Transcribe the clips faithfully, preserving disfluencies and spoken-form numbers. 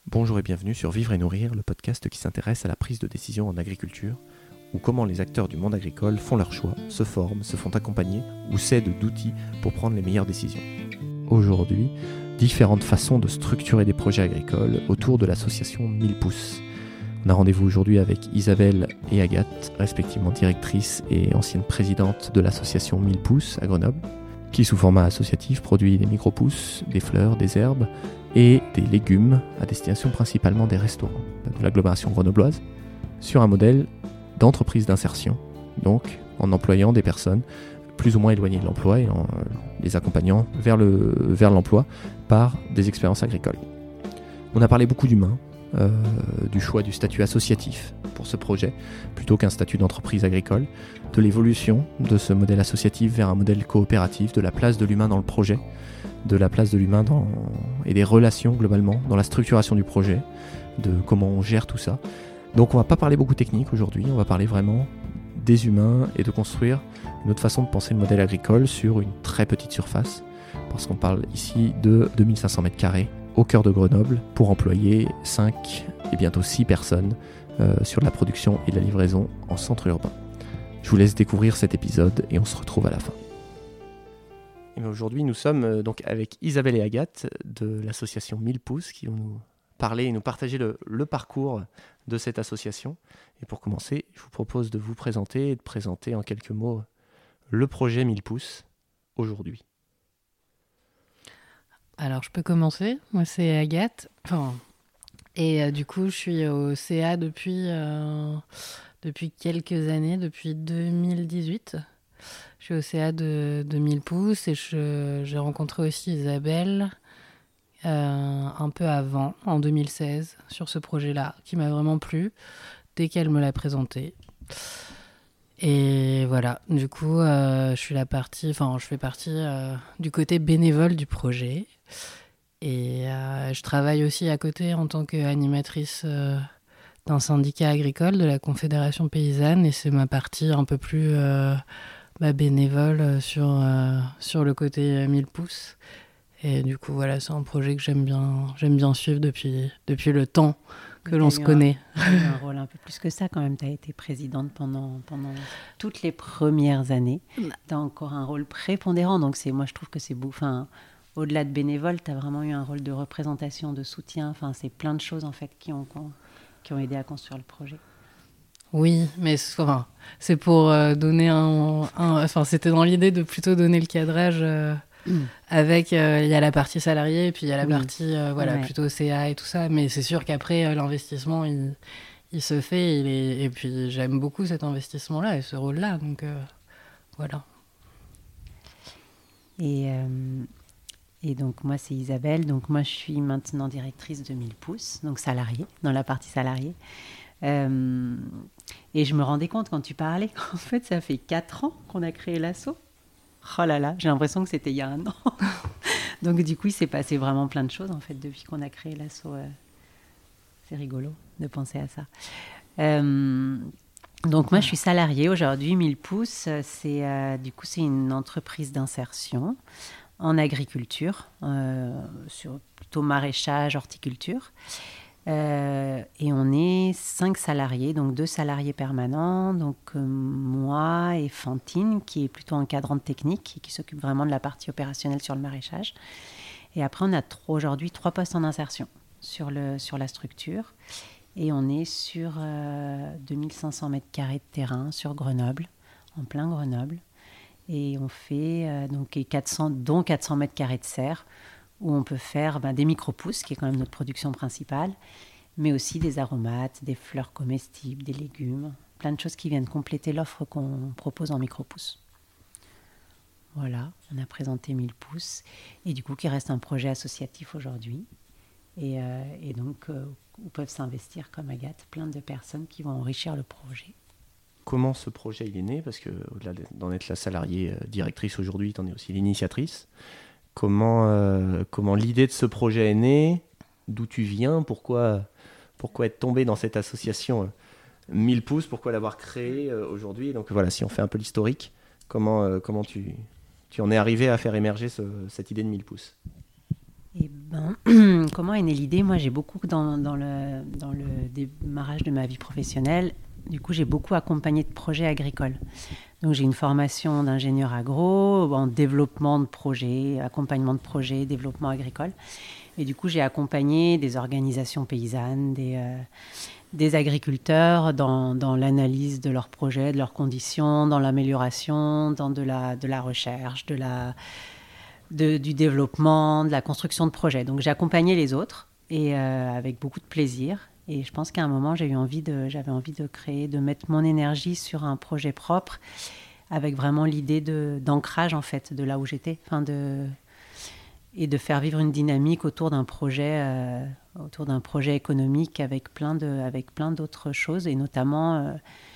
Bonjour et bienvenue sur Vivre et Nourrir, le podcast qui s'intéresse à la prise de décision en agriculture, ou comment les acteurs du monde agricole font leurs choix, se forment, se font accompagner ou s'aident d'outils pour prendre les meilleures décisions. Aujourd'hui, différentes façons de structurer des projets agricoles autour de l'association mille pouces. On a rendez-vous aujourd'hui avec Isabelle et Agathe, respectivement directrices et anciennes présidentes de l'association mille pouces à Grenoble, qui sous format associatif produit des micro-pousses, des fleurs, des herbes et des légumes à destination principalement des restaurants de l'agglomération grenobloise, sur un modèle d'entreprise d'insertion, donc en employant des personnes plus ou moins éloignées de l'emploi et en les accompagnant vers, le, vers l'emploi par des expériences agricoles. On a parlé beaucoup d'humains, euh, du choix du statut associatif pour ce projet, plutôt qu'un statut d'entreprise agricole, de l'évolution de ce modèle associatif vers un modèle coopératif, de la place de l'humain dans le projet, de la place de l'humain dans, et des relations globalement dans la structuration du projet, de comment on gère tout ça. Donc on va pas parler beaucoup technique aujourd'hui, on va parler vraiment des humains et de construire une autre façon de penser le modèle agricole sur une très petite surface, parce qu'on parle ici de deux mille cinq cents mètres carrés au cœur de Grenoble pour employer cinq et bientôt six personnes euh, sur la production et la livraison en centre urbain. Je vous laisse découvrir cet épisode et on se retrouve à la fin. Et aujourd'hui, nous sommes donc avec Isabelle et Agathe de l'association mille pouces qui vont nous parler et nous partager le, le parcours de cette association. Et pour commencer, je vous propose de vous présenter et de présenter en quelques mots le projet mille pouces aujourd'hui. Alors, je peux commencer. Moi, c'est Agathe. Enfin, et euh, du coup, je suis au C A depuis, euh, depuis quelques années, depuis deux mille dix-huit. Je suis au C A de, de mille pouces et je, j'ai rencontré aussi Isabelle euh, un peu avant, en deux mille seize, sur ce projet-là, qui m'a vraiment plu dès qu'elle me l'a présenté. Et voilà, du coup, euh, je suis la partie, enfin, je fais partie euh, du côté bénévole du projet. Et euh, je travaille aussi à côté en tant qu'animatrice euh, d'un syndicat agricole de la Confédération paysanne. Et c'est ma partie un peu plus euh, bah, bénévole sur, euh, sur le côté mille pouces. Et du coup, voilà, c'est un projet que j'aime bien, j'aime bien suivre depuis, depuis le temps que l'on se connaît. Tu as eu un rôle un peu plus que ça quand même. Tu as été présidente pendant, pendant toutes les premières années. Tu as encore un rôle prépondérant. Donc c'est, moi, je trouve que c'est beau. Enfin, au-delà de bénévole, tu as vraiment eu un rôle de représentation, de soutien. Enfin, c'est plein de choses en fait qui ont, qui ont aidé à construire le projet. Oui, mais enfin, c'est pour euh, donner un, un... Enfin, c'était dans l'idée de plutôt donner le cadrage... Euh, Mmh. Avec, il euh, y a la partie salariée et puis il y a la oui. partie euh, voilà, ouais. plutôt C A et tout ça. Mais c'est sûr qu'après, euh, l'investissement, il, il se fait. Il est... Et puis, j'aime beaucoup cet investissement-là et ce rôle-là. Donc, euh, voilà. Et, euh, et donc, moi, c'est Isabelle. Donc, moi, je suis maintenant directrice de mille pouces, donc salariée, dans la partie salariée. Euh, et je me rendais compte quand tu parlais qu'en fait, ça fait quatre ans qu'on a créé l'asso. Oh là là, j'ai l'impression que c'était il y a un an. Donc du coup, il s'est passé vraiment plein de choses en fait depuis qu'on a créé l'asso. Euh, c'est rigolo de penser à ça. Euh, donc moi, je suis salariée aujourd'hui. mille pouces, c'est euh, du coup c'est une entreprise d'insertion en agriculture, euh, sur plutôt maraîchage, horticulture. Euh, et on est cinq salariés, donc deux salariés permanents, donc euh, moi et Fantine, qui est plutôt encadrante technique et qui s'occupe vraiment de la partie opérationnelle sur le maraîchage. Et après, on a trois, aujourd'hui trois postes en insertion sur, le, sur la structure. Et on est sur euh, deux mille cinq cents mètres carrés de terrain sur Grenoble, en plein Grenoble. Et on fait euh, donc quatre cents, dont quatre cents mètres carrés de serre, où on peut faire ben, des micro-pousses, qui est quand même notre production principale, mais aussi des aromates, des fleurs comestibles, des légumes, plein de choses qui viennent compléter l'offre qu'on propose en micro-pousses. Voilà, on a présenté mille pouces, et du coup, qui reste un projet associatif aujourd'hui, et, euh, et donc, euh, où peuvent s'investir, comme Agathe, plein de personnes qui vont enrichir le projet. Comment ce projet il est né ? Parce qu'au-delà d'en être la salariée euh, directrice aujourd'hui, tu en es aussi l'initiatrice. Comment, euh, comment l'idée de ce projet est née, d'où tu viens, pourquoi, pourquoi être tombé dans cette association euh, mille pouces, pourquoi l'avoir créée euh, aujourd'hui. Donc voilà, si on fait un peu l'historique, comment, euh, comment tu, tu en es arrivé à faire émerger ce, cette idée de mille pouces ? Et ben, comment est née l'idée? Moi, j'ai beaucoup, dans, dans, le, dans le démarrage de ma vie professionnelle, du coup, j'ai beaucoup accompagné de projets agricoles. Donc, j'ai une formation d'ingénieur agro, en développement de projets, accompagnement de projets, développement agricole. Et du coup, j'ai accompagné des organisations paysannes, des, euh, des agriculteurs dans, dans l'analyse de leurs projets, de leurs conditions, dans l'amélioration, dans de la, de la recherche, de la... De, du développement, de la construction de projets. Donc j'ai accompagné les autres et euh, avec beaucoup de plaisir. Et je pense qu'à un moment, j'ai eu envie de, j'avais envie de créer, de mettre mon énergie sur un projet propre, avec vraiment l'idée de, d'ancrage en fait, de là où j'étais, enfin de, et de faire vivre une dynamique autour d'un projet, euh, autour d'un projet économique avec plein de, avec plein d'autres choses, et notamment. Euh,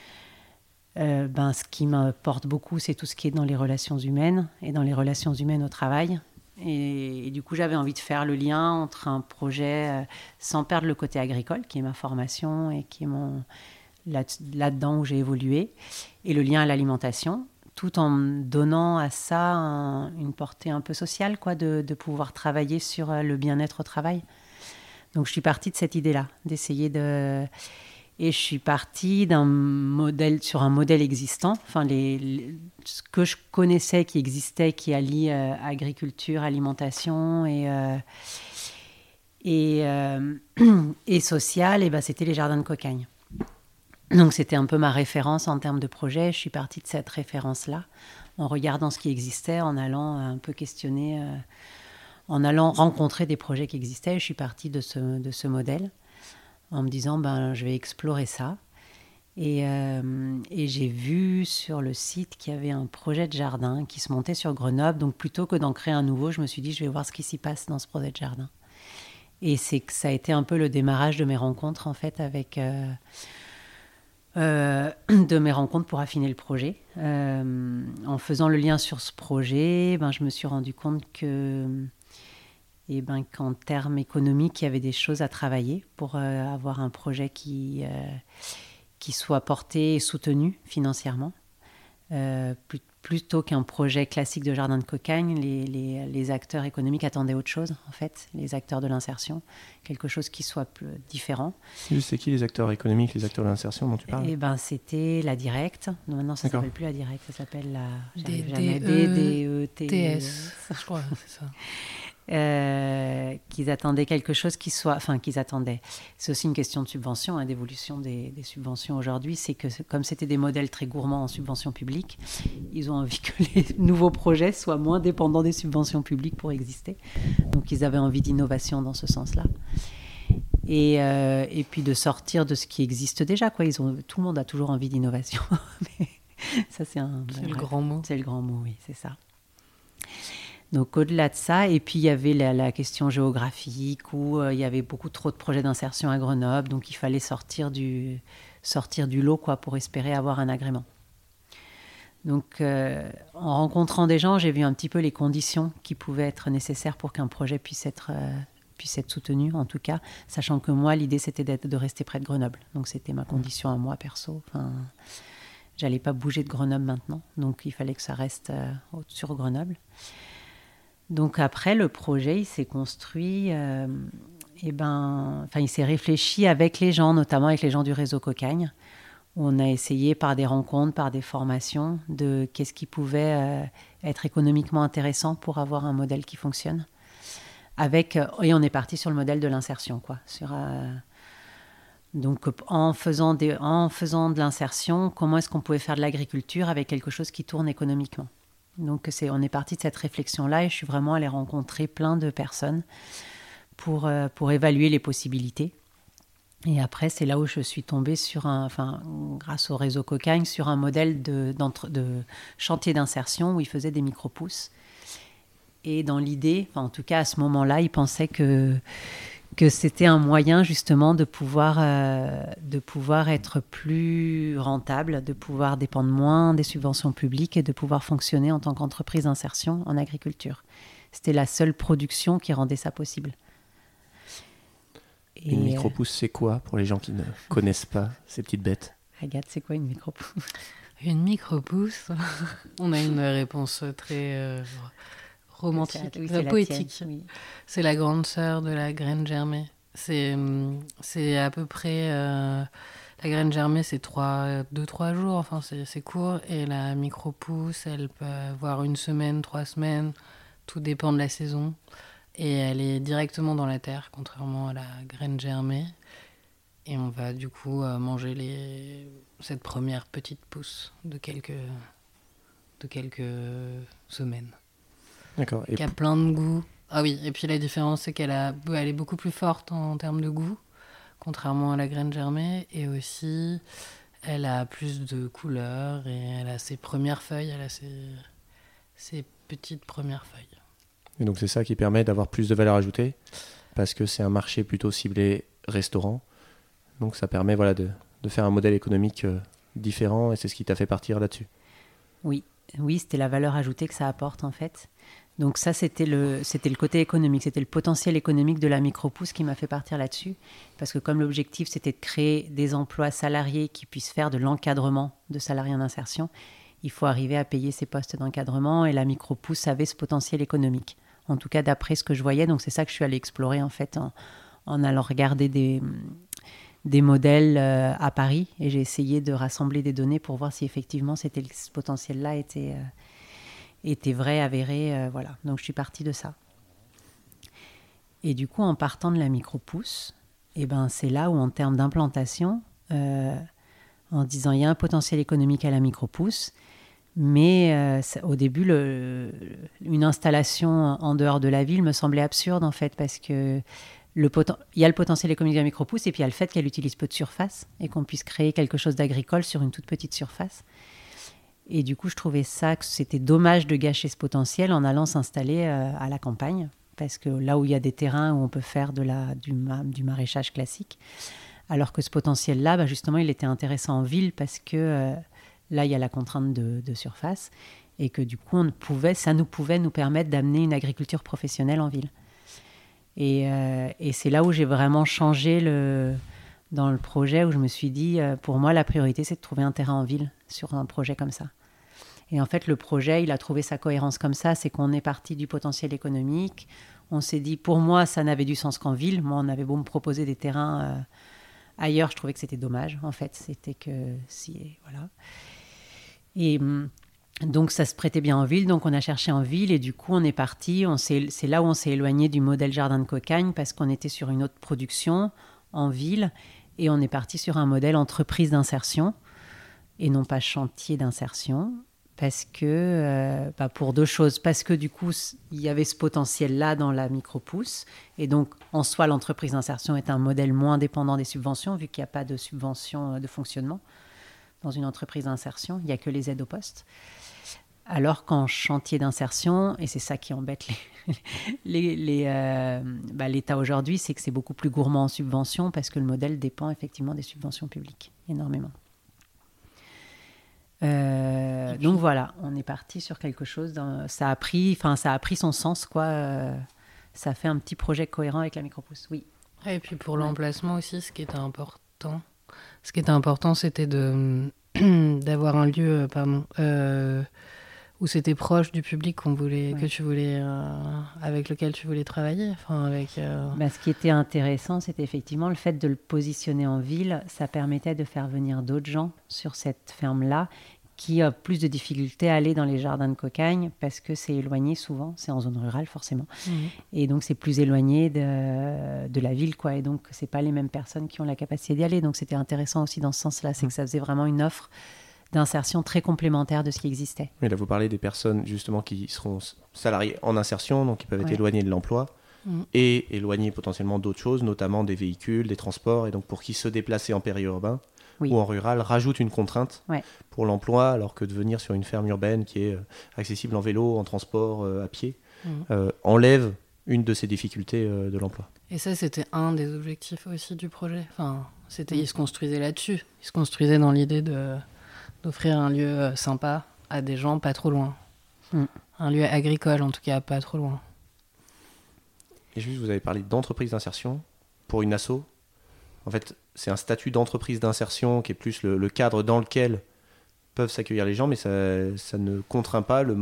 Euh, ben, ce qui m'apporte beaucoup, c'est tout ce qui est dans les relations humaines et dans les relations humaines au travail. Et, et du coup, j'avais envie de faire le lien entre un projet euh, sans perdre le côté agricole, qui est ma formation et qui est mon, là, là-dedans où j'ai évolué, et le lien à l'alimentation, tout en donnant à ça un, une portée un peu sociale, quoi, de, de pouvoir travailler sur euh, le bien-être au travail. Donc, je suis partie de cette idée-là, d'essayer de... Et je suis partie d'un modèle, sur un modèle existant, enfin les, les, ce que je connaissais qui existait, qui allie euh, agriculture, alimentation et, euh, et, euh, et social, et ben c'était les jardins de Cocagne. Donc c'était un peu ma référence en termes de projet. Je suis partie de cette référence-là, en regardant ce qui existait, en allant un peu questionner, euh, en allant rencontrer des projets qui existaient. Je suis partie de ce, de ce modèle, en me disant, ben, je vais explorer ça. Et, euh, et j'ai vu sur le site qu'il y avait un projet de jardin qui se montait sur Grenoble. Donc, plutôt que d'en créer un nouveau, je me suis dit, je vais voir ce qui s'y passe dans ce projet de jardin. Et c'est que ça a été un peu le démarrage de mes rencontres, en fait, avec... Euh, euh, de mes rencontres pour affiner le projet. Euh, en faisant le lien sur ce projet, ben, je me suis rendu compte que... Et ben, qu'en termes économiques, il y avait des choses à travailler pour euh, avoir un projet qui, euh, qui soit porté et soutenu financièrement. Euh, plus, plutôt qu'un projet classique de jardin de Cocagne, les, les, les acteurs économiques attendaient autre chose, en fait, les acteurs de l'insertion, quelque chose qui soit plus différent. C'est qui les acteurs économiques, les acteurs de l'insertion dont tu parles? Et ben, c'était la Directe. Non, maintenant, ça ne s'appelle plus la Directe, ça s'appelle la... D D E T S, je crois, c'est ça. Euh, qu'ils attendaient quelque chose qui soit... Enfin, qu'ils attendaient. C'est aussi une question de subvention, hein, d'évolution des, des subventions aujourd'hui. C'est que comme c'était des modèles très gourmands en subventions publiques, ils ont envie que les nouveaux projets soient moins dépendants des subventions publiques pour exister. Donc, ils avaient envie d'innovation dans ce sens-là. Et, euh, et puis de sortir de ce qui existe déjà, quoi. Ils ont, tout le monde a toujours envie d'innovation. Mais ça, c'est un... C'est le grand mot. C'est le grand mot, oui, c'est ça. Donc au-delà de ça, et puis il y avait la, la question géographique où euh, il y avait beaucoup trop de projets d'insertion à Grenoble, donc il fallait sortir du, sortir du lot, quoi, pour espérer avoir un agrément. Donc euh, en rencontrant des gens, j'ai vu un petit peu les conditions qui pouvaient être nécessaires pour qu'un projet puisse être, euh, puisse être soutenu, en tout cas, sachant que moi, l'idée c'était d'être, de rester près de Grenoble. Donc c'était ma condition à moi, perso. Enfin, j'allais pas bouger de Grenoble maintenant, donc il fallait que ça reste euh, sur Grenoble. Donc après, le projet, il s'est construit, euh, et ben, enfin, il s'est réfléchi avec les gens, notamment avec les gens du réseau Cocagne, où on a essayé par des rencontres, par des formations, de qu'est-ce qui pouvait euh, être économiquement intéressant pour avoir un modèle qui fonctionne. Avec, et on est parti sur le modèle de l'insertion, quoi. Sur, euh, donc en faisant, des, en faisant de l'insertion, comment est-ce qu'on pouvait faire de l'agriculture avec quelque chose qui tourne économiquement? Donc c'est, on est parti de cette réflexion-là et je suis vraiment allée rencontrer plein de personnes pour, euh, pour évaluer les possibilités. Et après, c'est là où je suis tombée sur un, enfin, grâce au réseau Cocagne, sur un modèle de, de chantier d'insertion où ils faisaient des micro-pousses. Et dans l'idée, enfin, en tout cas à ce moment-là, ils pensaient que, que c'était un moyen justement de pouvoir, euh, de pouvoir être plus rentable, de pouvoir dépendre moins des subventions publiques et de pouvoir fonctionner en tant qu'entreprise d'insertion en agriculture. C'était la seule production qui rendait ça possible. Et une micro-pousse, c'est quoi pour les gens qui ne connaissent pas ces petites bêtes? Agathe, c'est quoi une micro-pousse? Une micro-pousse, on a une réponse très... Euh... romantique, oui, euh, la poétique. tienne, oui. C'est la grande sœur de la graine germée. C'est, c'est à peu près... Euh, la graine germée, c'est deux trois jours, enfin c'est, c'est court. Et la micro-pousse, elle peut avoir une semaine, trois semaines. Tout dépend de la saison. Et elle est directement dans la terre, contrairement à la graine germée. Et on va du coup euh, manger les... cette première petite pousse de quelques, de quelques semaines. D'accord. Et qui a plein de goût. Ah oui, et puis la différence, c'est qu'elle a... elle est beaucoup plus forte en termes de goût, contrairement à la graine germée. Et aussi, elle a plus de couleurs et elle a ses premières feuilles, elle a ses, ses petites premières feuilles. Et donc c'est ça qui permet d'avoir plus de valeur ajoutée, parce que c'est un marché plutôt ciblé restaurant. Donc ça permet voilà, de, de faire un modèle économique euh, différent, et c'est ce qui t'a fait partir là-dessus. Oui, oui, c'était la valeur ajoutée que ça apporte en fait. Donc ça, c'était le, c'était le côté économique, c'était le potentiel économique de la micro-pousse qui m'a fait partir là-dessus. Parce que comme l'objectif, c'était de créer des emplois salariés qui puissent faire de l'encadrement de salariés en insertion, il faut arriver à payer ces postes d'encadrement, et la micro-pousse avait ce potentiel économique. En tout cas, d'après ce que je voyais, donc c'est ça que je suis allée explorer en fait, en, en allant regarder des, des modèles euh, à Paris, et j'ai essayé de rassembler des données pour voir si effectivement c'était, ce potentiel-là était... Euh, était vrai, avéré, euh, voilà. Donc je suis partie de ça. Et du coup, en partant de la micro-pousse, eh ben, c'est là où, en termes d'implantation, euh, en disant il y a un potentiel économique à la micro-pousse, mais euh, ça, au début, le, une installation en dehors de la ville me semblait absurde, en fait, parce que le poten- il y a le potentiel économique de la micro-pousse, et puis il y a le fait qu'elle utilise peu de surface, et qu'on puisse créer quelque chose d'agricole sur une toute petite surface. Et du coup, je trouvais ça que c'était dommage de gâcher ce potentiel en allant s'installer euh, à la campagne, parce que là où il y a des terrains où on peut faire de la, du, ma, du maraîchage classique, alors que ce potentiel-là, bah justement, il était intéressant en ville parce que euh, là, il y a la contrainte de, de surface, et que du coup, on pouvait, ça nous pouvait nous permettre d'amener une agriculture professionnelle en ville. Et, euh, et c'est là où j'ai vraiment changé le, dans le projet, où je me suis dit, euh, pour moi, la priorité, c'est de trouver un terrain en ville sur un projet comme ça. Et en fait, le projet, il a trouvé sa cohérence comme ça, c'est qu'on est parti du potentiel économique. On s'est dit, pour moi, ça n'avait du sens qu'en ville. Moi, on avait beau me proposer des terrains euh, ailleurs, je trouvais que c'était dommage, en fait. C'était que, si, voilà. Et donc, ça se prêtait bien en ville, donc on a cherché en ville, et du coup, on est parti. On s'est, c'est là où on s'est éloigné du modèle jardin de cocagne, parce qu'on était sur une autre production en ville, et on est parti sur un modèle entreprise d'insertion, et non pas chantier d'insertion, parce que, euh, bah pour deux choses. Parce que du coup, il y avait ce potentiel-là dans la micro-pousse, et donc, en soi, l'entreprise d'insertion est un modèle moins dépendant des subventions, vu qu'il n'y a pas de subvention de fonctionnement dans une entreprise d'insertion, il n'y a que les aides au poste. Alors qu'en chantier d'insertion, et c'est ça qui embête les, les, les, euh, bah, l'État aujourd'hui, c'est que c'est beaucoup plus gourmand en subventions, parce que le modèle dépend effectivement des subventions publiques, énormément. Euh, puis, donc voilà, on est parti sur quelque chose. Dans, ça a pris, enfin ça a pris son sens, quoi. Euh, ça a fait un petit projet cohérent avec la micro-pousse. Oui. Et puis pour ouais. l'emplacement aussi, ce qui était important, ce qui était important, c'était de d'avoir un lieu, pardon, euh, où c'était proche du public qu'on voulait, ouais. que tu voulais, euh, avec lequel tu voulais travailler. Enfin, avec. Euh... Ben, ce qui était intéressant, c'était effectivement le fait de le positionner en ville. Ça permettait de faire venir d'autres gens sur cette ferme-là, qui a plus de difficultés à aller dans les jardins de cocagne, parce que c'est éloigné souvent, c'est en zone rurale forcément, mmh. et donc c'est plus éloigné de, de la ville, quoi, et donc c'est pas les mêmes personnes qui ont la capacité d'y aller, donc c'était intéressant aussi dans ce sens-là, c'est mmh. que ça faisait vraiment une offre d'insertion très complémentaire de ce qui existait. Mais là vous parlez des personnes justement qui seront salariées en insertion, donc qui peuvent être ouais. éloignées de l'emploi, mmh. et éloignées potentiellement d'autres choses, notamment des véhicules, des transports, et donc pour qui se déplacer en périurbain, oui. ou en rural, rajoute une contrainte ouais. pour l'emploi, alors que de venir sur une ferme urbaine qui est euh, accessible en vélo, en transport, euh, à pied, mmh. euh, enlève une de ces difficultés euh, de l'emploi. Et ça, c'était un des objectifs aussi du projet. Enfin, c'était, mmh. il se construisait là-dessus. Il se construisait dans l'idée de, d'offrir un lieu sympa à des gens pas trop loin. Mmh. Un lieu agricole, en tout cas, pas trop loin. Et juste, vous avez parlé d'entreprise d'insertion pour une asso. En fait, c'est un statut d'entreprise d'insertion qui est plus le, le cadre dans lequel peuvent s'accueillir les gens, mais ça, ça ne contraint pas le,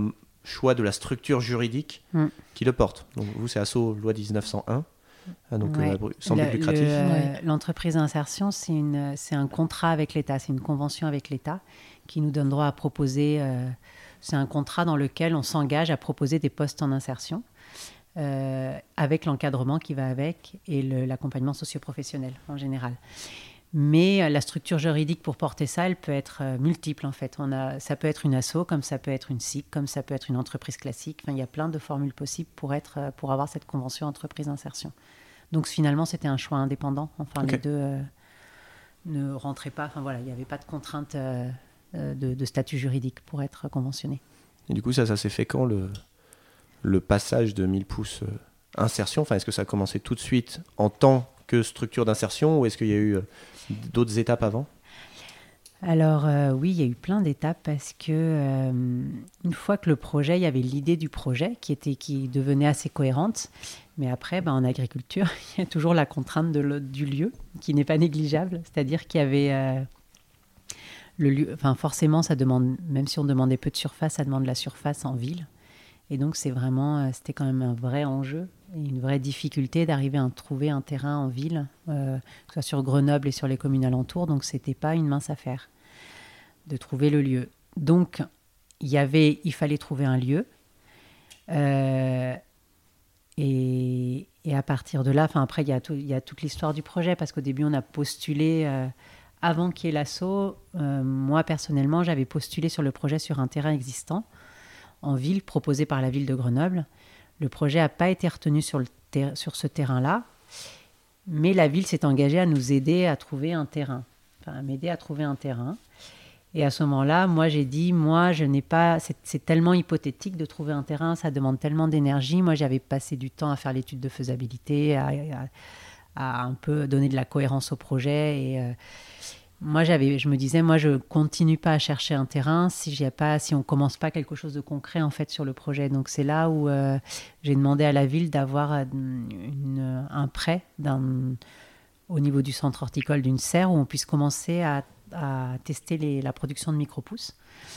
choix de la structure juridique mm. qui le porte. Donc vous, c'est Asso Loi dix-neuf cent un, donc ouais. euh, sans but lucratif. Le, euh, l'entreprise d'insertion, c'est, une, c'est un contrat avec l'État, c'est une convention avec l'État qui nous donne droit à proposer... Euh, c'est un contrat dans lequel on s'engage à proposer des postes en insertion euh, avec l'encadrement qui va avec et le, l'accompagnement socio-professionnel en général. Mais la structure juridique pour porter ça, elle peut être multiple en fait. On a, ça peut être une asso, comme ça peut être une S I C, comme ça peut être une entreprise classique. Enfin, il y a plein de formules possibles pour, être, pour avoir cette convention entreprise d'insertion. Donc finalement, c'était un choix indépendant. Enfin, okay. les deux euh, ne rentraient pas. Enfin voilà, il n'y avait pas de contrainte euh, de, de statut juridique pour être conventionné. Et du coup, ça, ça s'est fait quand le, le passage de mille pouces euh, insertion, enfin, est-ce que ça a commencé tout de suite en tant que structure d'insertion ou est-ce qu'il y a eu euh, d'autres étapes avant ? Alors euh, oui, il y a eu plein d'étapes parce que euh, une fois que le projet, il y avait l'idée du projet qui, était, qui devenait assez cohérente, mais après, ben, en agriculture, il y a toujours la contrainte de le, du lieu qui n'est pas négligeable, c'est-à-dire qu'il y avait... Euh, le lieu, enfin forcément, ça demande, même si on demandait peu de surface, ça demande de la surface en ville. Et donc, c'est vraiment, c'était quand même un vrai enjeu et une vraie difficulté d'arriver à trouver un terrain en ville, euh, que ce soit sur Grenoble et sur les communes alentours. Donc, ce n'était pas une mince affaire de trouver le lieu. Donc, il, y avait, il fallait trouver un lieu. Euh, et, et à partir de là, après, il y, a tout, il y a toute l'histoire du projet, parce qu'au début, on a postulé... Euh, avant qu'il y ait l'assaut, euh, moi, personnellement, j'avais postulé sur le projet sur un terrain existant en ville, proposé par la ville de Grenoble. Le projet n'a pas été retenu sur, le ter- sur ce terrain-là, mais la ville s'est engagée à nous aider à trouver un terrain, enfin, à m'aider à trouver un terrain. Et à ce moment-là, moi, j'ai dit, moi, je n'ai pas... C'est, c'est tellement hypothétique de trouver un terrain, ça demande tellement d'énergie. Moi, j'avais passé du temps à faire l'étude de faisabilité, à, à, à un peu donner de la cohérence au projet. Et euh, moi, j'avais, je me disais, moi, je ne continue pas à chercher un terrain si, j'ai pas, si on ne commence pas quelque chose de concret, en fait, sur le projet. Donc, c'est là où euh, j'ai demandé à la ville d'avoir une, un prêt d'un, au niveau du centre horticole d'une serre où on puisse commencer à à tester les, la production de micro-pousses.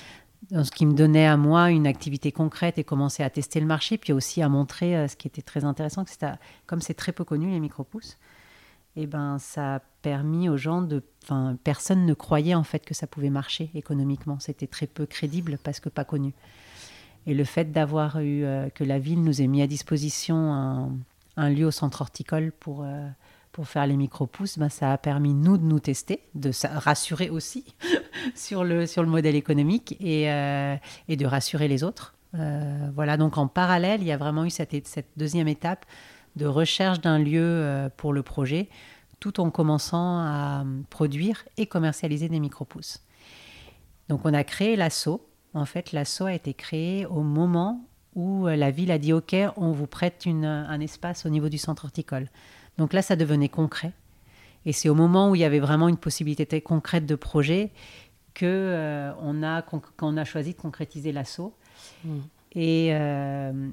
Ce qui me donnait à moi une activité concrète et commencer à tester le marché, puis aussi à montrer euh, ce qui était très intéressant, que c'était, comme c'est très peu connu les micro-pousses, et ben, ça a permis aux gens de... Enfin, personne ne croyait en fait que ça pouvait marcher économiquement. C'était très peu crédible parce que pas connu. Et le fait d'avoir eu... Euh, que la ville nous ait mis à disposition un, un lieu au centre horticole pour... Euh, pour faire les micro-pousses, ben, ça a permis, nous, de nous tester, de rassurer aussi sur, le, sur le modèle économique et, euh, et de rassurer les autres. Euh, voilà, donc en parallèle, il y a vraiment eu cette, cette deuxième étape de recherche d'un lieu euh, pour le projet, tout en commençant à produire et commercialiser des micro-pousses. Donc on a créé l'asso. En fait, l'asso a été créé au moment où la ville a dit « Ok, on vous prête une, un espace au niveau du centre horticole ». Donc là, ça devenait concret. Et c'est au moment où il y avait vraiment une possibilité concrète de projet qu'on euh, a, qu'on a choisi de concrétiser l'assaut. Mmh. Et, euh,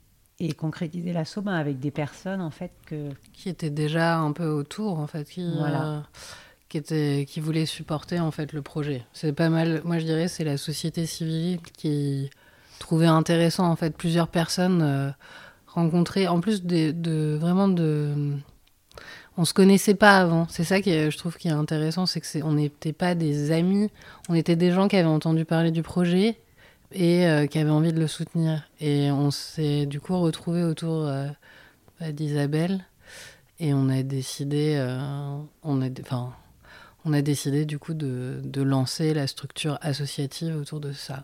et concrétiser l'assaut ben, avec des personnes, en fait, que... Qui étaient déjà un peu autour, en fait, qui, voilà. euh, qui, étaient, qui voulaient supporter, en fait, le projet. C'est pas mal... Moi, je dirais, c'est la société civile qui trouvait intéressant, en fait, plusieurs personnes... Euh, rencontrés, en plus de, de vraiment de... On se connaissait pas avant. C'est ça qui est, je trouve qui est intéressant, c'est que c'est, on n'était pas des amis, on était des gens qui avaient entendu parler du projet et euh, qui avaient envie de le soutenir. Et on s'est du coup retrouvés autour euh, d'Isabelle et on a décidé, euh, on a, enfin, on a décidé du coup de, de lancer la structure associative autour de ça.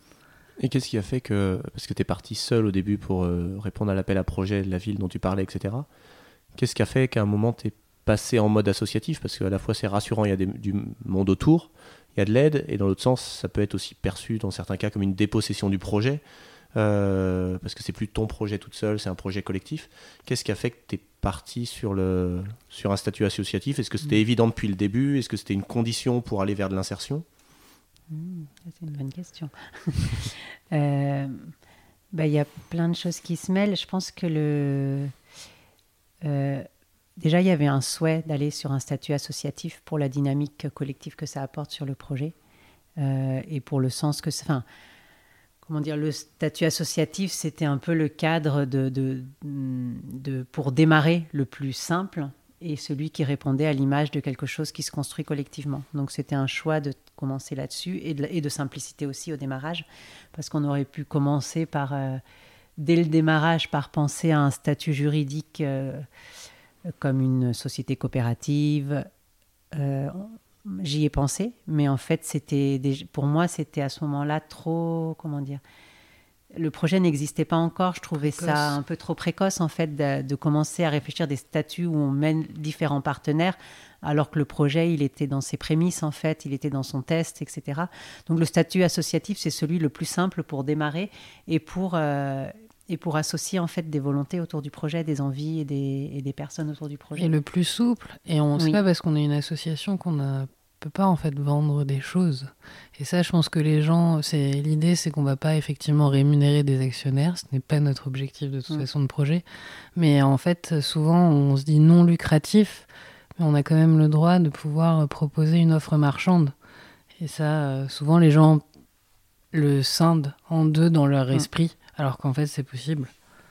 Et qu'est-ce qui a fait que, parce que tu es parti seul au début pour euh, répondre à l'appel à projet de la ville dont tu parlais, et cetera. Qu'est-ce qui a fait qu'à un moment tu es passé en mode associatif ? Parce qu'à la fois c'est rassurant, il y a des, du monde autour, il y a de l'aide, et dans l'autre sens, ça peut être aussi perçu dans certains cas comme une dépossession du projet, euh, parce que c'est plus ton projet toute seule, c'est un projet collectif. Qu'est-ce qui a fait que tu es parti sur, le, sur un statut associatif ? Est-ce que c'était mmh. évident depuis le début ? Est-ce que c'était une condition pour aller vers de l'insertion ? Mmh, c'est une bonne question. euh, bah, y a plein de choses qui se mêlent. Je pense que le... Euh, déjà, il y avait un souhait d'aller sur un statut associatif pour la dynamique collective que ça apporte sur le projet euh, et pour le sens que... Enfin, comment dire, le statut associatif, c'était un peu le cadre de, de, de, pour démarrer le plus simple et celui qui répondait à l'image de quelque chose qui se construit collectivement. Donc c'était un choix de commencer là-dessus et de, et de simplicité aussi au démarrage, parce qu'on aurait pu commencer par, euh, dès le démarrage, par penser à un statut juridique euh, comme une société coopérative. Euh, J'y ai pensé, mais en fait, c'était déjà, pour moi, c'était à ce moment-là trop, comment dire, le projet n'existait pas encore. Je trouvais précoce. Ça un peu trop précoce, en fait, de, de commencer à réfléchir des statuts où on mène différents partenaires, alors que le projet, il était dans ses prémices, en fait, il était dans son test, et cetera. Donc, le statut associatif, c'est celui le plus simple pour démarrer et pour, euh, et pour associer, en fait, des volontés autour du projet, des envies et des, et des personnes autour du projet. Et le plus souple. Et on ne oui. sait pas parce qu'on est une association qu'on ne peut pas, en fait, vendre des choses. Et ça, je pense que les gens, c'est, l'idée, c'est qu'on ne va pas effectivement rémunérer des actionnaires. Ce n'est pas notre objectif de toute mmh. façon de projet. Mais en fait, souvent, on se dit non lucratif, mais on a quand même le droit de pouvoir proposer une offre marchande. Et ça, souvent, les gens le scindent en deux dans leur esprit, mmh. alors qu'en fait, c'est possible.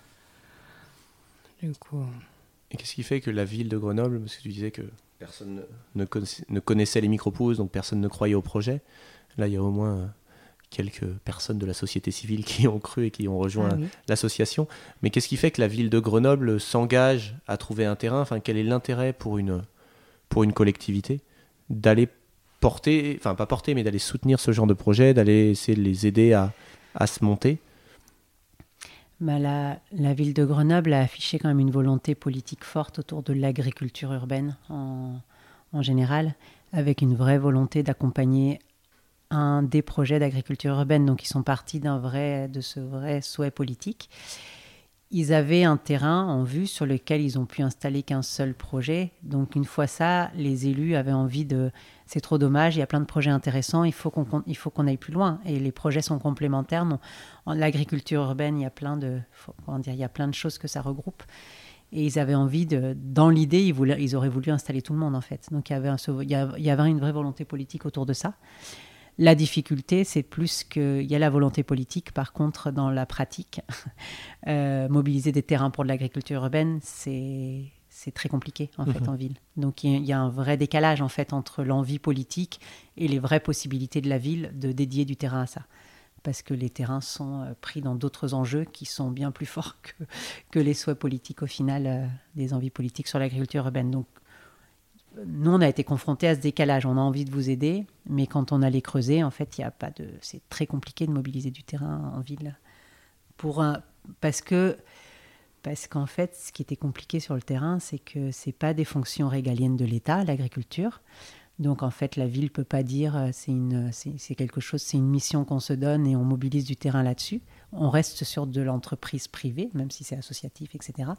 Du coup... Et qu'est-ce qui fait que la ville de Grenoble, parce que tu disais que personne ne connaissait, ne connaissait les micro-pousses, donc personne ne croyait au projet. Là, il y a au moins quelques personnes de la société civile qui ont cru et qui ont rejoint ah oui. l'association. Mais qu'est-ce qui fait que la ville de Grenoble s'engage à trouver un terrain ? Enfin, quel est l'intérêt pour une, pour une collectivité d'aller porter, enfin pas porter, mais d'aller soutenir ce genre de projet, d'aller essayer de les aider à, à se monter ? Bah, la, la ville de Grenoble a affiché quand même une volonté politique forte autour de l'agriculture urbaine en, en général, avec une vraie volonté d'accompagner un des projets d'agriculture urbaine. Donc ils sont partis d'un vrai, de ce vrai souhait politique. Ils avaient un terrain en vue sur lequel ils ont pu installer qu'un seul projet. Donc une fois ça, les élus avaient envie de... C'est trop dommage, il y a plein de projets intéressants, il faut qu'on, il faut qu'on aille plus loin. Et les projets sont complémentaires. Non, en l'agriculture urbaine, il y a plein de, faut, comment dire, il y a plein de choses que ça regroupe. Et ils avaient envie de... Dans l'idée, ils, voulaient, ils auraient voulu installer tout le monde, en fait. Donc il y avait, un, il y avait une vraie volonté politique autour de ça. La difficulté, c'est plus qu'il y a la volonté politique. Par contre, dans la pratique, euh, mobiliser des terrains pour de l'agriculture urbaine, c'est, c'est très compliqué, en mmh. fait, en ville. Donc, il y, y a un vrai décalage, en fait, entre l'envie politique et les vraies possibilités de la ville de dédier du terrain à ça. Parce que les terrains sont euh, pris dans d'autres enjeux qui sont bien plus forts que, que les souhaits politiques, au final, euh, des envies politiques sur l'agriculture urbaine. Donc, nous, on a été confrontés à ce décalage. On a envie de vous aider, mais quand on allait creuser, en fait, il y a pas de... c'est très compliqué de mobiliser du terrain en ville. Pour un... parce, que... parce qu'en fait, ce qui était compliqué sur le terrain, c'est que ce n'est pas des fonctions régaliennes de l'État, l'agriculture. Donc, en fait, la ville ne peut pas dire c'est, une... c'est... c'est quelque chose, c'est une mission qu'on se donne et on mobilise du terrain là-dessus. On reste sur de l'entreprise privée, même si c'est associatif, et cetera.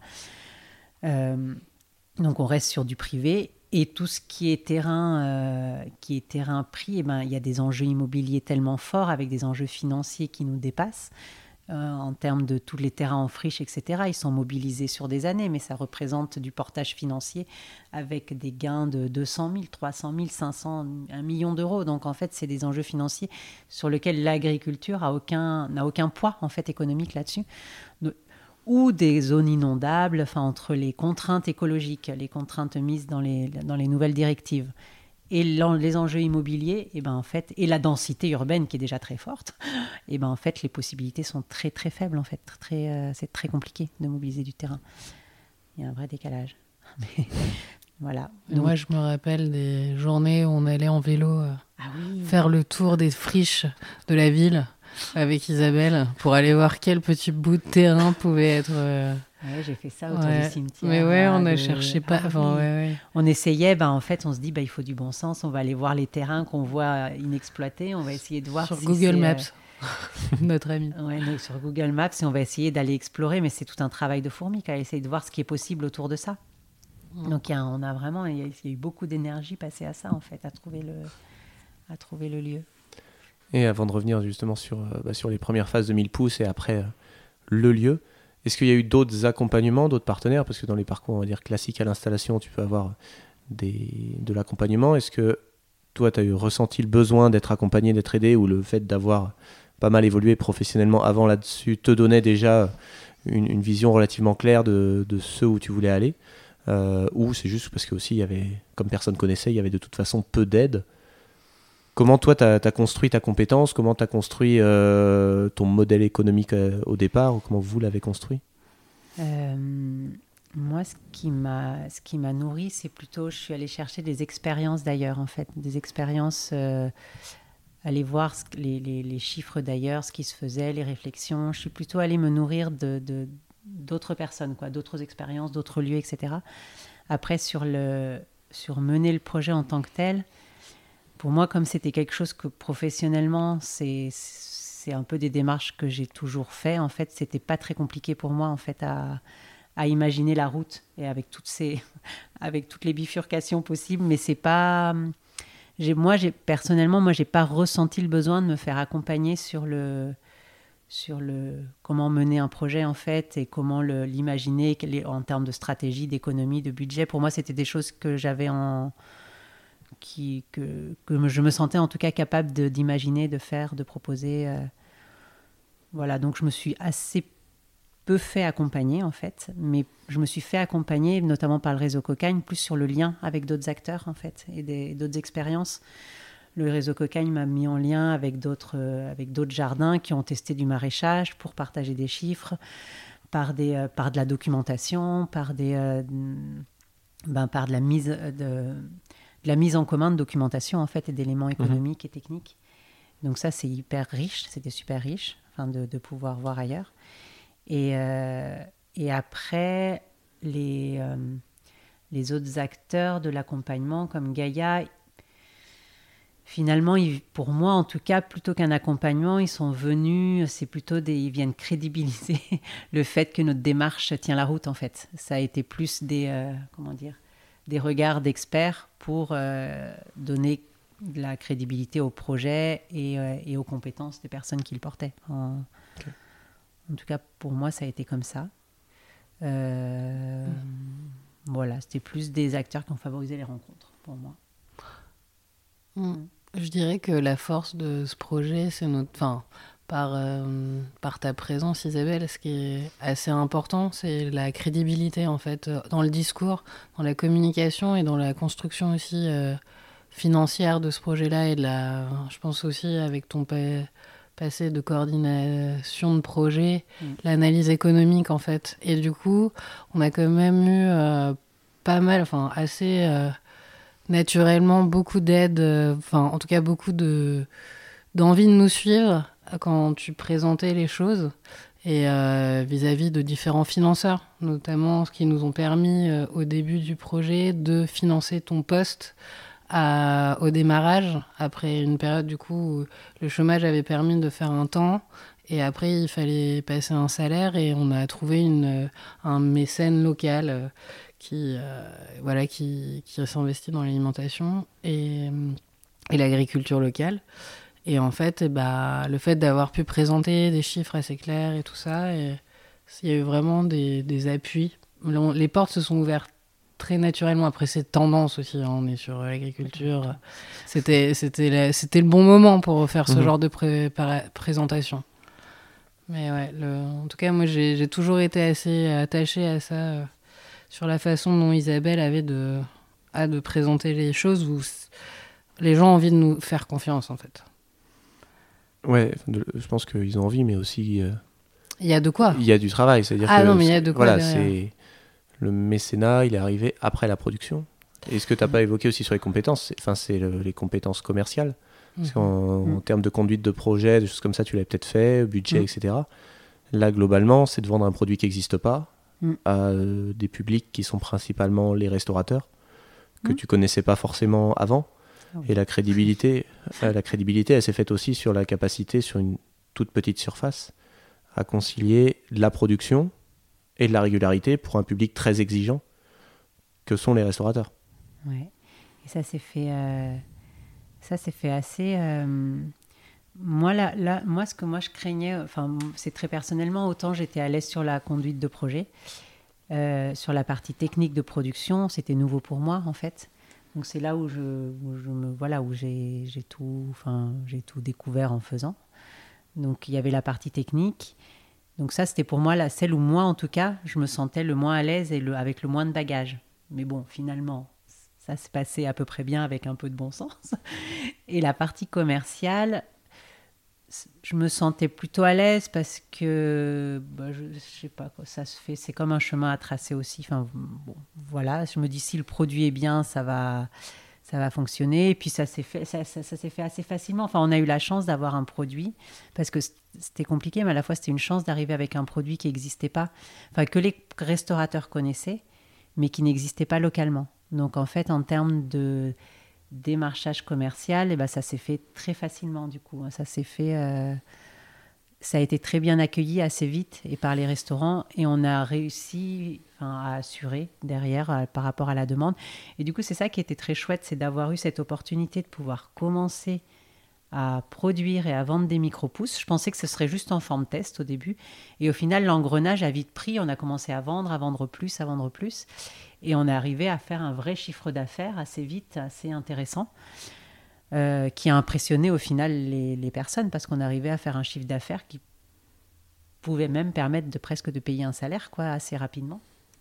Euh... Donc, on reste sur du privé. Et tout ce qui est terrain, euh, qui est terrain pris, eh ben, il y a des enjeux immobiliers tellement forts, avec des enjeux financiers qui nous dépassent, euh, en termes de tous les terrains en friche, et cetera. Ils sont mobilisés sur des années, mais ça représente du portage financier avec des gains de deux cent mille, trois cent mille, cinq cents, un million d'euros. Donc en fait, c'est des enjeux financiers sur lesquels l'agriculture a aucun, n'a aucun poids en fait, économique là-dessus. De, ou des zones inondables, enfin, entre les contraintes écologiques, les contraintes mises dans les, dans les nouvelles directives, et les enjeux immobiliers, et ben en fait, et la densité urbaine qui est déjà très forte, et ben en fait, les possibilités sont très très faibles, en fait. Très, euh, c'est très compliqué de mobiliser du terrain. Il y a un vrai décalage. Mais, voilà. Donc, moi, je me rappelle des journées où on allait en vélo euh, ah oui. faire le tour des friches de la ville avec Isabelle pour aller voir quel petit bout de terrain pouvait être... Euh... Ouais, j'ai fait ça autour ouais. du cimetière. Mais ouais, on de... a cherché pas... Ah, enfin, oui. ouais, ouais. On essayait, ben, en fait, on se dit, ben, il faut du bon sens, on va aller voir les terrains qu'on voit inexploités, on va essayer de voir sur si Google c'est... Maps, notre ami. Ouais, donc, sur Google Maps, et on va essayer d'aller explorer, mais c'est tout un travail de fourmi, à essayer de voir ce qui est possible autour de ça. Mmh. Donc, y a, on a vraiment... Il y, y a eu beaucoup d'énergie passée à ça, en fait, à trouver le, à trouver le lieu. Et avant de revenir justement sur, euh, bah, sur les premières phases de mille pouces et après euh, le lieu, est-ce qu'il y a eu d'autres accompagnements, d'autres partenaires ? Parce que dans les parcours, on va dire, classiques à l'installation, tu peux avoir des, de l'accompagnement. Est-ce que toi, tu as eu ressenti le besoin d'être accompagné, d'être aidé, ou le fait d'avoir pas mal évolué professionnellement avant là-dessus, te donnait déjà une, une vision relativement claire de, de ce où tu voulais aller, euh, ou c'est juste parce que aussi il y avait, comme personne connaissait, il y avait de toute façon peu d'aide. Comment toi tu as construit ta compétence, comment tu as construit euh, ton modèle économique euh, au départ, ou comment vous l'avez construit? euh, Moi, ce qui m'a, ce qui m'a nourri, c'est plutôt, je suis allée chercher des expériences d'ailleurs, en fait, des expériences, euh, aller voir ce, les, les, les chiffres d'ailleurs, ce qui se faisait, les réflexions. Je suis plutôt allée me nourrir de, de, d'autres personnes, quoi, d'autres expériences, d'autres lieux, et cetera. Après, sur, le, sur mener le projet en tant que tel, pour moi, comme c'était quelque chose que professionnellement, c'est, c'est un peu des démarches que j'ai toujours fait. En fait, c'était pas très compliqué pour moi, en fait, à, à imaginer la route et avec toutes ces, avec toutes les bifurcations possibles. Mais c'est pas, j'ai, moi, j'ai personnellement, moi, j'ai pas ressenti le besoin de me faire accompagner sur le, sur le comment mener un projet en fait et comment le, l'imaginer en termes de stratégie, d'économie, de budget. Pour moi, c'était des choses que j'avais en Qui, que, que je me sentais en tout cas capable de, d'imaginer, de faire, de proposer. Euh, voilà, donc je me suis assez peu fait accompagner en fait, mais je me suis fait accompagner notamment par le réseau Cocagne, plus sur le lien avec d'autres acteurs en fait et des, d'autres expériences. Le réseau Cocagne m'a mis en lien avec d'autres, euh, avec d'autres jardins qui ont testé du maraîchage pour partager des chiffres, par, des, euh, par de la documentation, par, des, euh, ben, par de la mise de... de la mise en commun de documentation en fait et d'éléments économiques mmh. et techniques. Donc ça c'est hyper riche, c'était super riche, enfin de, de pouvoir voir ailleurs. Et, euh, et après les euh, les autres acteurs de l'accompagnement comme Gaïa, finalement ils, pour moi en tout cas plutôt qu'un accompagnement ils sont venus, c'est plutôt des, ils viennent crédibiliser le fait que notre démarche tient la route en fait. Ça a été plus des euh, comment dire des regards d'experts pour euh, donner de la crédibilité au projet et, euh, et aux compétences des personnes qui le portaient. En, okay. en tout cas, pour moi, ça a été comme ça. Euh, mmh. Voilà, c'était plus des acteurs qui ont favorisé les rencontres, pour moi. Mmh. Je dirais que la force de ce projet, c'est notre... Enfin, par, euh, par ta présence, Isabelle, ce qui est assez important, c'est la crédibilité, en fait, dans le discours, dans la communication et dans la construction aussi euh, financière de ce projet-là. Et de la, je pense aussi, avec ton pa- passé de coordination de projet, mmh. l'analyse économique, en fait. Et du coup, on a quand même eu euh, pas mal, enfin, assez euh, naturellement, beaucoup d'aide, enfin, euh, en tout cas, beaucoup de, d'envie de nous suivre quand tu présentais les choses et euh, vis-à-vis de différents financeurs, notamment ce qui nous ont permis euh, au début du projet de financer ton poste à, au démarrage, après une période du coup où le chômage avait permis de faire un temps et après il fallait passer un salaire et on a trouvé une, un mécène local euh, qui, euh, voilà, qui, qui s'investit dans l'alimentation et, et l'agriculture locale. Et en fait, bah, le fait d'avoir pu présenter des chiffres assez clairs et tout ça, et il y a eu vraiment des, des appuis. Les portes se sont ouvertes très naturellement. Après, c'est tendance aussi, hein, on est sur l'agriculture. C'était, c'était, la, c'était le bon moment pour faire ce mmh. genre de pré- para- présentation. Mais ouais, le, en tout cas, moi, j'ai, j'ai toujours été assez attachée à ça, euh, sur la façon dont Isabelle avait de, a de présenter les choses, où les gens ont envie de nous faire confiance, en fait. Ouais, je pense qu'ils ont envie, mais aussi... Euh, il y a de quoi. Il y a du travail, c'est-à-dire ah que... non, mais il y a de quoi voilà, derrière. C'est, le mécénat, il est arrivé après la production. Et ce que tu n'as mmh. pas évoqué aussi sur les compétences, c'est, enfin, c'est le, les compétences commerciales. Parce mmh. qu'en mmh. en termes de conduite de projet, des choses comme ça, tu l'avais peut-être fait, budget, mmh. et cetera. Là, globalement, c'est de vendre un produit qui n'existe pas mmh. à euh, des publics qui sont principalement les restaurateurs, que mmh. tu ne connaissais pas forcément avant. Et la crédibilité, euh, la crédibilité, elle s'est faite aussi sur la capacité, sur une toute petite surface, à concilier de la production et de la régularité pour un public très exigeant que sont les restaurateurs. Ouais. Et ça s'est fait, euh, ça s'est fait assez. Euh, moi, là, là, moi, ce que moi je craignais, enfin, c'est très personnellement, autant j'étais à l'aise sur la conduite de projet, euh, sur la partie technique de production, c'était nouveau pour moi en fait. Donc c'est là où je, où je me voilà où j'ai, j'ai tout enfin j'ai tout découvert en faisant. Donc il y avait la partie technique. Donc ça, c'était pour moi la, celle où moi, en tout cas, je me sentais le moins à l'aise et le, avec le moins de bagages. Mais bon, finalement, ça s'est passé à peu près bien avec un peu de bon sens. Et la partie commerciale, je me sentais plutôt à l'aise parce que, bah, je, je sais pas quoi, ça se fait, c'est comme un chemin à tracer aussi. Enfin, bon, voilà, je me dis si le produit est bien, ça va, ça va fonctionner. Et puis ça s'est fait, ça, ça, ça s'est fait assez facilement. Enfin, on a eu la chance d'avoir un produit parce que c'était compliqué, mais à la fois c'était une chance d'arriver avec un produit qui n'existait pas, enfin que les restaurateurs connaissaient, mais qui n'existait pas localement. Donc en fait, en termes de démarchage commercial, eh ben, ça s'est fait très facilement du coup. Ça s'est fait, euh, ça a été très bien accueilli assez vite et par les restaurants et on a réussi enfin, à assurer derrière euh, par rapport à la demande. Et du coup, c'est ça qui était très chouette, c'est d'avoir eu cette opportunité de pouvoir commencer à produire et à vendre des micro-pousses. Je pensais que ce serait juste en forme test au début. Et au final, l'engrenage a vite pris. On a commencé à vendre, à vendre plus, à vendre plus. Et on est arrivé à faire un vrai chiffre d'affaires assez vite, assez intéressant, euh, qui a impressionné au final les, les personnes parce qu'on arrivait à faire un chiffre d'affaires qui pouvait même permettre de presque de payer un salaire quoi, assez rapidement.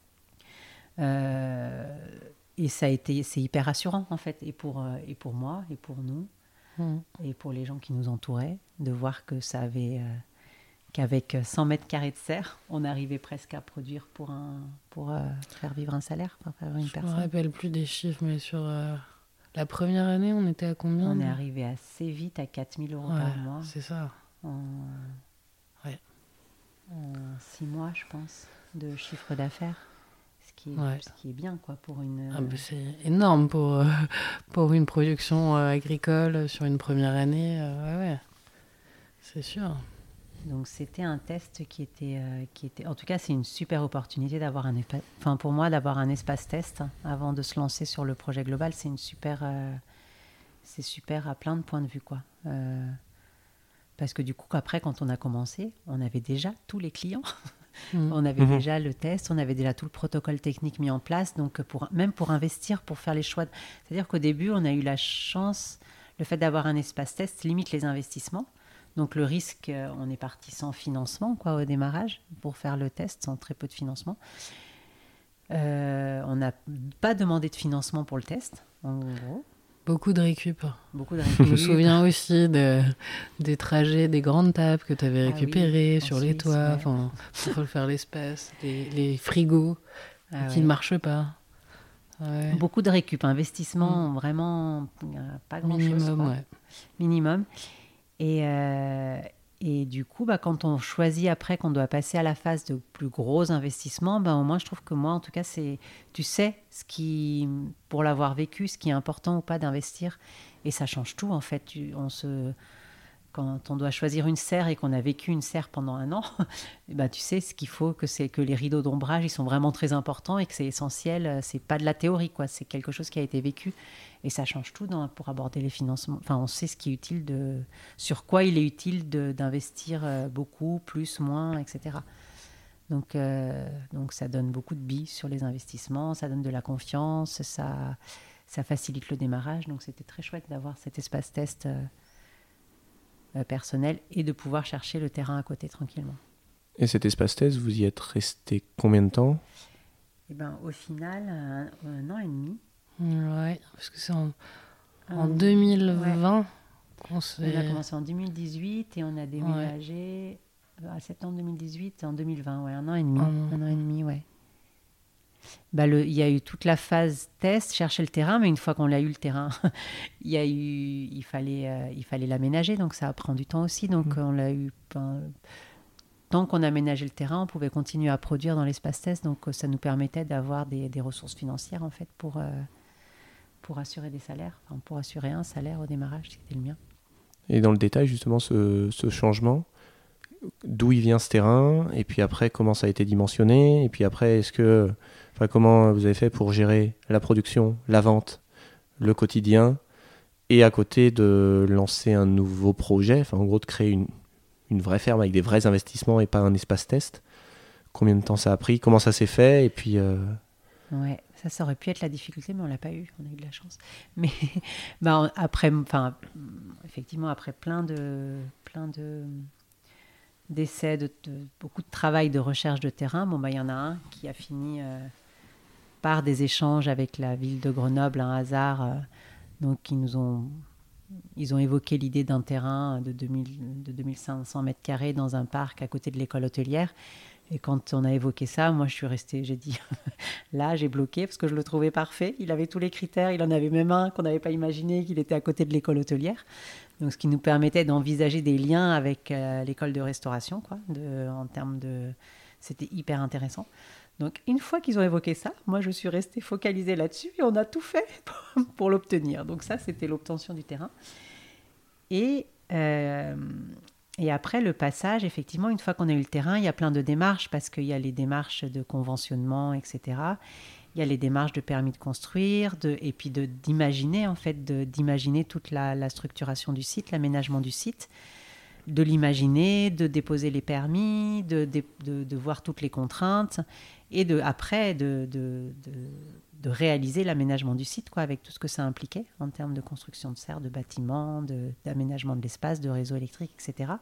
Euh, et ça a été, c'est hyper rassurant en fait, et pour, euh, et pour moi, et pour nous. Mmh. Et pour les gens qui nous entouraient, de voir que ça avait, euh, qu'avec cent mètres carrés de serre, on arrivait presque à produire pour, un, pour euh, faire vivre un salaire, pour faire une Je personne. Je me rappelle plus des chiffres, mais sur euh, la première année, on était à combien? On est arrivé assez vite à quatre mille euros ouais, par mois. C'est ça. En, ouais. en six mois, je pense, de chiffre d'affaires. Ce qui, est, ouais. ce qui est bien quoi, pour une... Ah bah c'est énorme pour, euh, pour une production euh, agricole sur une première année. Euh, ouais, ouais, c'est sûr. Donc c'était un test qui était, euh, qui était... En tout cas, c'est une super opportunité d'avoir un espace... Enfin, pour moi, d'avoir un espace test avant de se lancer sur le projet global, c'est une super... Euh... C'est super à plein de points de vue, quoi. Euh... Parce que du coup, après, quand on a commencé, on avait déjà tous les clients. Mmh. On avait mmh. déjà le test, on avait déjà tout le protocole technique mis en place. Donc, pour, même pour investir, pour faire les choix... De... C'est-à-dire qu'au début, on a eu la chance... Le fait d'avoir un espace test limite les investissements. Donc, le risque, on est parti sans financement quoi, au démarrage pour faire le test, sans très peu de financement. Euh, on n'a pas demandé de financement pour le test, en gros. Beaucoup de récup. Beaucoup de récup. Je me souviens aussi de, des trajets, des grandes tables que tu avais récupérées ah oui, sur les Suisse, toits ouais. Pour faire l'espace, les, les frigos ah qui ouais. ne marchent pas. Ouais. Beaucoup de récup, investissement mmh. vraiment pas grand-chose. Minimum, ouais. Minimum. Et, euh, et du coup, bah, quand on choisit après qu'on doit passer à la phase de plus gros investissements, bah, au moins je trouve que moi, en tout cas, c'est, tu sais, ce qui, pour l'avoir vécu, ce qui est important ou pas d'investir. Et ça change tout, en fait. Tu, on se, quand on doit choisir une serre et qu'on a vécu une serre pendant un an, et bah, tu sais, ce qu'il faut, que c'est que les rideaux d'ombrage, ils sont vraiment très importants et que c'est essentiel. C'est pas de la théorie, quoi. C'est quelque chose qui a été vécu. Et ça change tout dans, pour aborder les financements. Enfin, on sait ce qui est utile de, sur quoi il est utile de, d'investir beaucoup, plus, moins, et cetera. Donc, euh, donc, ça donne beaucoup de billes sur les investissements, ça donne de la confiance, ça, ça facilite le démarrage. Donc, c'était très chouette d'avoir cet espace test euh, euh, personnel et de pouvoir chercher le terrain à côté tranquillement. Et cet espace test, vous y êtes resté combien de temps ? Eh ben, au final, un, un an et demi. Ouais, parce que c'est en, en deux mille vingt ouais. qu'on s'est... On a commencé en deux mille dix-huit et on a déménagé ouais. à septembre deux mille dix-huit et en deux mille vingt, ouais, un an et demi. Mmh. Un an et demi, ouais. Bah le, il y a eu toute la phase test, chercher le terrain, mais une fois qu'on l'a eu le terrain, il y a eu, il fallait, euh, il fallait l'aménager, donc ça prend du temps aussi. Donc mmh. on l'a eu. Ben, tant qu'on aménageait le terrain, on pouvait continuer à produire dans l'espace test, donc ça nous permettait d'avoir des, des ressources financières en fait pour. Euh, pour assurer des salaires, enfin, pour assurer un salaire au démarrage, c'était le mien. Et dans le détail, justement, ce, ce changement, d'où il vient ce terrain, et puis après, comment ça a été dimensionné, et puis après, est-ce que, enfin, comment vous avez fait pour gérer la production, la vente, le quotidien, et à côté de lancer un nouveau projet, enfin, en gros, de créer une, une vraie ferme avec des vrais investissements et pas un espace test. Combien de temps ça a pris, comment ça s'est fait, et puis... Euh... Ouais. Ça, ça aurait pu être la difficulté, mais on l'a pas eu. On a eu de la chance. Mais bah, après, enfin, effectivement, après plein de, plein de d'essais, de, de, beaucoup de travail de recherche de terrain. Bon, bah, il y en a un qui a fini euh, par des échanges avec la ville de Grenoble, un hasard. Euh, donc, ils nous ont, ils ont évoqué l'idée d'un terrain de deux mille, de deux mille cinq cents mètres carrés dans un parc à côté de l'école hôtelière. Et quand on a évoqué ça, moi, je suis restée, j'ai dit, là, j'ai bloqué parce que je le trouvais parfait. Il avait tous les critères. Il en avait même un qu'on n'avait pas imaginé, qu'il était à côté de l'école hôtelière. Donc, ce qui nous permettait d'envisager des liens avec euh, l'école de restauration, quoi, de, en termes de... C'était hyper intéressant. Donc, une fois qu'ils ont évoqué ça, moi, je suis restée focalisée là-dessus et on a tout fait pour, pour l'obtenir. Donc, ça, c'était l'obtention du terrain. Et... Euh, Et après, le passage, effectivement, une fois qu'on a eu le terrain, il y a plein de démarches parce qu'il y a les démarches de conventionnement, et cetera. Il y a les démarches de permis de construire, de, et puis de, d'imaginer, en fait, de, d'imaginer toute la, la structuration du site, l'aménagement du site, de l'imaginer, de déposer les permis, de, de, de, de voir toutes les contraintes, et de, après, de, de, de, de réaliser l'aménagement du site, quoi, avec tout ce que ça impliquait en termes de construction de serres, de bâtiments, de, d'aménagement de l'espace, de réseaux électriques, et cetera.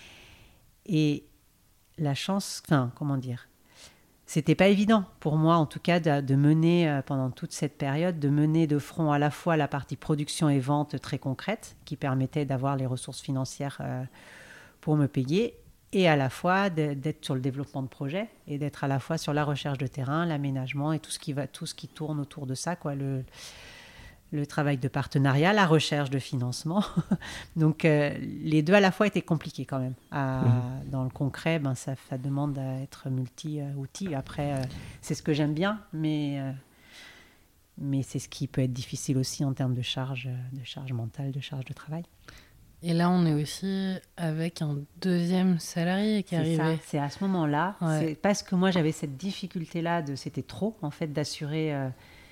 Et la chance, enfin, comment dire, c'était pas évident pour moi, en tout cas, de, de mener, euh, pendant toute cette période, de mener de front à la fois la partie production et vente très concrète, qui permettait d'avoir les ressources financières euh, pour me payer, et à la fois d'être sur le développement de projet et d'être à la fois sur la recherche de terrain, l'aménagement et tout ce qui va, tout ce qui tourne autour de ça, quoi, le, le travail de partenariat, la recherche de financement. Donc euh, les deux à la fois étaient compliqués quand même. À, mmh. Dans le concret, ben, ça, ça demande à être multi-outils. Après, euh, c'est ce que j'aime bien, mais, euh, mais c'est ce qui peut être difficile aussi en termes de charge, de charge mentale, de charge de travail. Et là, on est aussi avec un deuxième salarié qui est arrivé. C'est ça, c'est à ce moment-là. Ouais. C'est parce que moi, j'avais cette difficulté-là, de, c'était trop, en fait, d'assurer euh,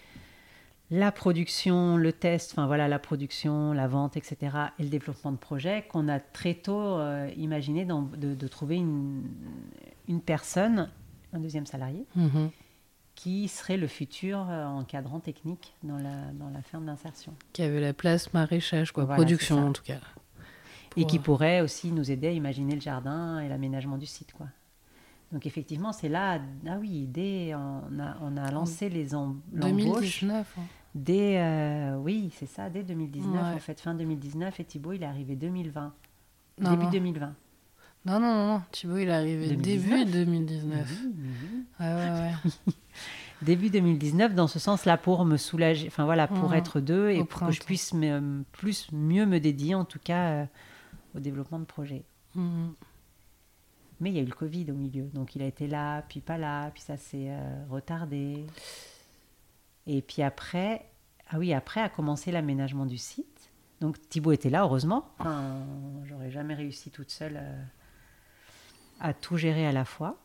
la production, le test, enfin voilà, la production, la vente, et cetera, et le développement de projet, qu'on a très tôt euh, imaginé dans, de, de trouver une, une personne, un deuxième salarié, mm-hmm. qui serait le futur euh, encadrant technique dans la, dans la ferme d'insertion. Qui avait la place maraîchage, quoi, voilà, production en tout cas. Et qui pourrait aussi nous aider à imaginer le jardin et l'aménagement du site, quoi. Donc effectivement, c'est là, ah oui, dès, on a, on a lancé les em, l'embauche. deux mille dix-neuf. Hein. Dès, euh, oui, c'est ça, dès deux mille dix-neuf, ouais. En fait, fin deux mille dix-neuf, et Thibaut, il est arrivé deux mille vingt, non, début non. deux mille vingt. Non, non, non, non, Thibaut, il est arrivé deux mille dix-neuf. Début deux mille dix-neuf. Oui, oui. Ouais, ouais, ouais. Début deux mille dix-neuf, dans ce sens-là, pour me soulager, enfin voilà, pour mmh. être deux et Au pour printemps. Que je puisse me, plus, mieux me dédier, en tout cas, euh, au développement de projet. Mmh. Mais il y a eu le Covid au milieu, donc il a été là, puis pas là, puis ça s'est euh, retardé. Et puis après, ah oui, après a commencé l'aménagement du site. Donc Thibaut était là, heureusement. Enfin, j'aurais jamais réussi toute seule euh, à tout gérer à la fois.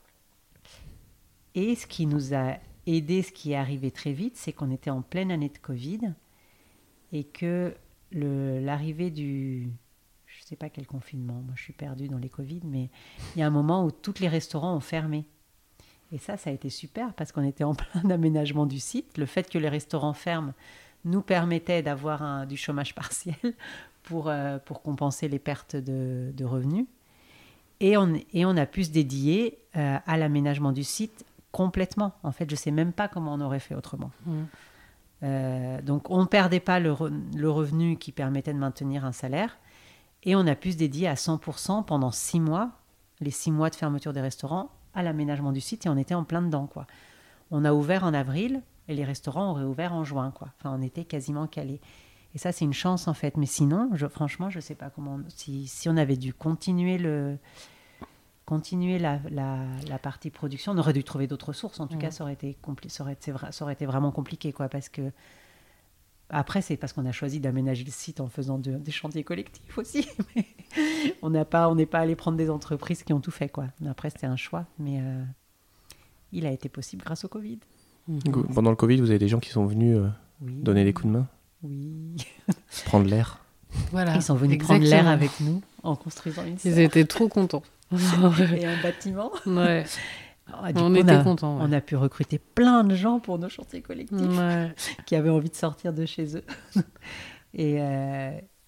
Et ce qui nous a aidé, ce qui est arrivé très vite, c'est qu'on était en pleine année de Covid et que le, l'arrivée du... Je ne sais pas quel confinement, moi je suis perdue dans les Covid, mais il y a un moment où tous les restaurants ont fermé. Et ça, ça a été super parce qu'on était en plein aménagement du site. Le fait que les restaurants ferment nous permettait d'avoir un, du chômage partiel pour, euh, pour compenser les pertes de, de revenus. Et on, et on a pu se dédier euh, à l'aménagement du site complètement. En fait, je ne sais même pas comment on aurait fait autrement. Mmh. Euh, donc, on ne perdait pas le, re, le revenu qui permettait de maintenir un salaire. Et on a pu se dédier à cent pour cent pendant six mois, les six mois de fermeture des restaurants, à l'aménagement du site. Et on était en plein dedans, quoi. On a ouvert en avril et les restaurants auraient ouvert en juin, quoi. Enfin, on était quasiment calés. Et ça, c'est une chance, en fait. Mais sinon, je, franchement, je ne sais pas comment... Si, si on avait dû continuer, le, continuer la, la, la partie production, on aurait dû trouver d'autres sources. En tout mmh. cas, ça aurait, été compli- ça, aurait été, ça aurait été vraiment compliqué, quoi, parce que... Après, c'est parce qu'on a choisi d'aménager le site en faisant de, des chantiers collectifs aussi. Mais on n'a pas, on n'est pas allé prendre des entreprises qui ont tout fait, quoi. Après, c'était un choix, mais euh, il a été possible grâce au Covid. Mmh. Pendant le Covid, vous avez des gens qui sont venus euh, oui. donner des coups de main. Oui. Prendre l'air. Voilà. Ils sont venus Exactement. prendre l'air avec nous en construisant une serre. Ils étaient trop contents. Et un bâtiment. Ouais. Ah, on était on contents. Ouais. On a pu recruter plein de gens pour nos chantiers collectifs ouais. qui avaient envie de sortir de chez eux. et, euh,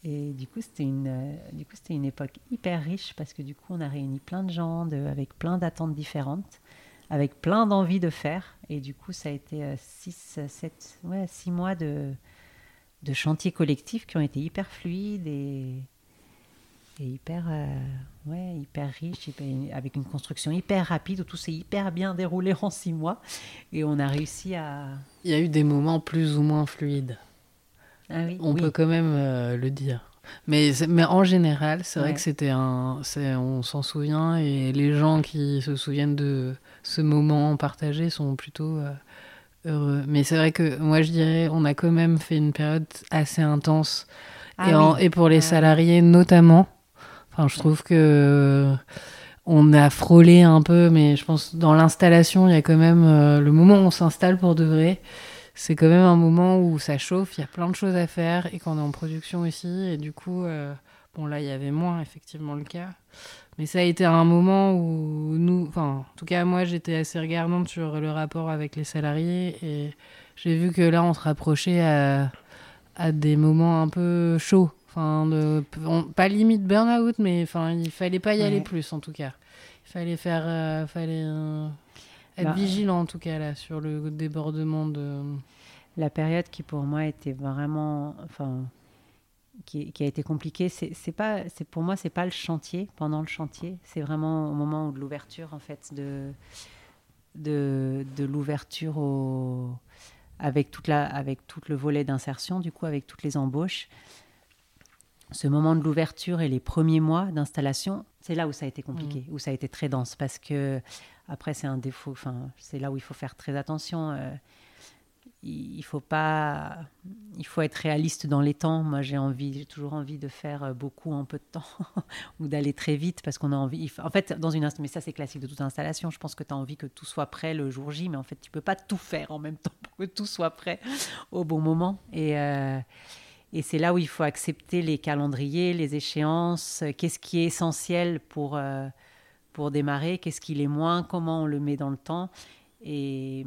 Et du coup, c'était une, euh, du coup, c'était une époque hyper riche parce que du coup, on a réuni plein de gens de, avec plein d'attentes différentes, avec plein d'envie de faire. Et du coup, ça a été euh, six, sept, ouais, six mois de, de chantiers collectifs qui ont été hyper fluides et, et hyper, euh, ouais, hyper riches, hyper, avec une construction hyper rapide où tout s'est hyper bien déroulé en six mois. Et on a réussi à... Il y a eu des moments plus ou moins fluides. Ah oui, On oui. peut quand même euh, le dire. Mais, c'est- mais en général, c'est vrai Ouais. que c'était un... c'est- on s'en souvient et les gens qui se souviennent de ce moment partagé sont plutôt euh, heureux. Mais c'est vrai que moi, je dirais, on a quand même fait une période assez intense. Ah et, en- oui. et pour les Ah salariés notamment, enfin, je trouve que on a frôlé un peu, mais je pense dans l'installation, il y a quand même euh, le moment où on s'installe pour de vrai. C'est quand même un moment où ça chauffe, il y a plein de choses à faire et qu'on est en production aussi. Et du coup, euh, bon là, il y avait moins effectivement le cas. Mais ça a été un moment où nous, enfin, en tout cas moi, j'étais assez regardante sur le rapport avec les salariés et j'ai vu que là, on se rapprochait à, à des moments un peu chauds. Enfin, de, on- pas limite burn-out, mais enfin, il fallait pas y Ouais. aller plus en tout cas. Il fallait faire, euh, fallait euh, être Bah, vigilant en tout cas là sur le débordement de. La période qui pour moi était vraiment, enfin, qui, qui a été compliquée, c'est, c'est pas, c'est pour moi c'est pas le chantier, pendant le chantier, c'est vraiment au moment où de l'ouverture en fait de de, de l'ouverture au, avec toute la, avec tout le volet d'insertion, du coup avec toutes les embauches. Ce moment de l'ouverture et les premiers mois d'installation, c'est là où ça a été compliqué, mmh. où ça a été très dense parce que après c'est un défaut, enfin c'est là où il faut faire très attention. Euh, il faut pas, il faut être réaliste dans les temps. Moi, j'ai envie, j'ai toujours envie de faire beaucoup en peu de temps ou d'aller très vite parce qu'on a envie. En fait, dans une mais ça c'est classique de toute installation. Je pense que tu as envie que tout soit prêt le jour J, mais en fait, tu peux pas tout faire en même temps pour que tout soit prêt au bon moment. Et euh, et c'est là où il faut accepter les calendriers, les échéances. Qu'est-ce qui est essentiel pour euh, pour démarrer, qu'est-ce qui l'est moins, comment on le met dans le temps et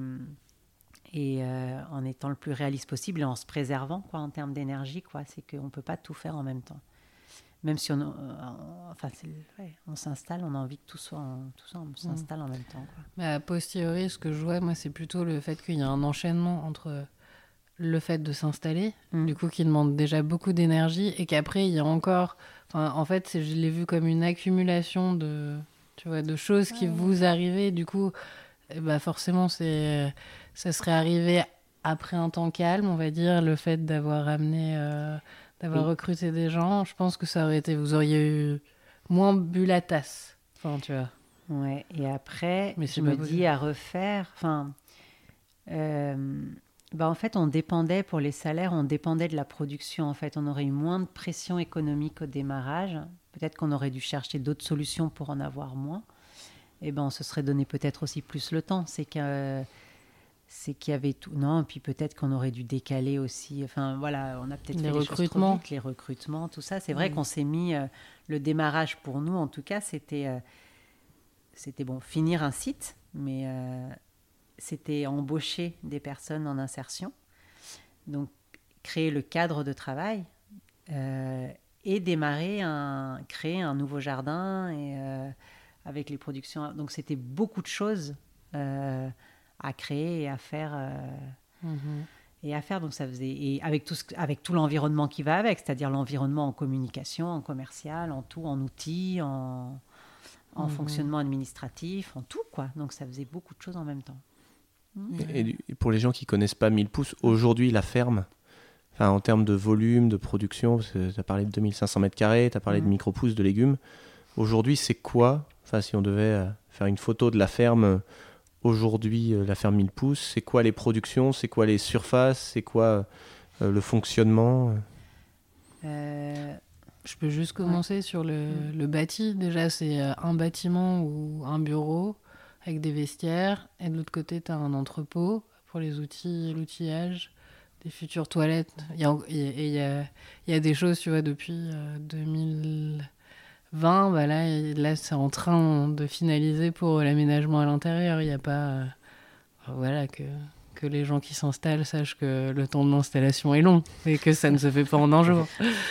et euh, en étant le plus réaliste possible et en se préservant quoi, en termes d'énergie. Quoi. C'est qu'on ne peut pas tout faire en même temps. Même si on, euh, on, enfin, c'est, ouais, on s'installe, on a envie que tout, soit en, tout ça, on s'installe mmh. en même temps. Quoi. Mais a posteriori, ce que je vois, moi, c'est plutôt le fait qu'il y a un enchaînement entre le fait de s'installer, mmh. du coup, qui demande déjà beaucoup d'énergie, et qu'après, il y a encore... En fait, c'est, je l'ai vu comme une accumulation de, tu vois, de choses qui ah, vous ouais. arrivent. Du coup, bah, forcément, c'est... ça serait arrivé après un temps calme, on va dire, le fait d'avoir amené, euh, d'avoir oui. recruté des gens. Je pense que ça aurait été, vous auriez eu moins bu la tasse. Enfin, tu vois. Ouais. Et après, mais je me dis à refaire. Enfin, euh, bah en fait, on dépendait pour les salaires, on dépendait de la production. En fait, on aurait eu moins de pression économique au démarrage. Peut-être qu'on aurait dû chercher d'autres solutions pour en avoir moins. Et ben, on se serait donné peut-être aussi plus le temps. C'est que euh, c'est qu'il y avait tout. Non, et puis peut-être qu'on aurait dû décaler aussi. Enfin, voilà, on a peut-être les fait recrutements. les choses trop vite, les recrutements, tout ça. C'est vrai mmh. qu'on s'est mis euh, le démarrage pour nous, en tout cas, c'était euh, c'était bon, finir un site, mais euh, c'était embaucher des personnes en insertion, donc créer le cadre de travail euh, et démarrer un, créer un nouveau jardin et euh, avec les productions. Donc c'était beaucoup de choses. Euh, à créer et à faire euh, mmh. et à faire donc ça faisait et avec tout ce, avec tout l'environnement qui va avec, c'est-à-dire l'environnement en communication, en commercial, en tout, en outils, en, en mmh. fonctionnement administratif, en tout quoi. Donc ça faisait beaucoup de choses en même temps. Mmh. Et, et pour les gens qui connaissent pas mille pouces, aujourd'hui la ferme, enfin en termes de volume, de production, tu as parlé de deux mille cinq cents mètres carrés, tu as parlé mmh. de micro-pousses de légumes. Aujourd'hui, c'est quoi, enfin si on devait euh, faire une photo de la ferme aujourd'hui, euh, la ferme mille pouces, c'est quoi les productions, c'est quoi les surfaces, c'est quoi euh, le fonctionnement euh, Je peux juste commencer ouais. sur le, le bâti. Déjà, c'est euh, un bâtiment ou un bureau avec des vestiaires. Et de l'autre côté, tu as un entrepôt pour les outils, l'outillage, des futures toilettes. Il y a, et il y a, il y a des choses, tu vois, depuis euh, deux mille vingt, bah là, là, c'est en train de finaliser pour l'aménagement à l'intérieur. Il n'y a pas... Euh, voilà, que, que les gens qui s'installent sachent que le temps de l'installation est long et que ça ne se fait pas en un jour.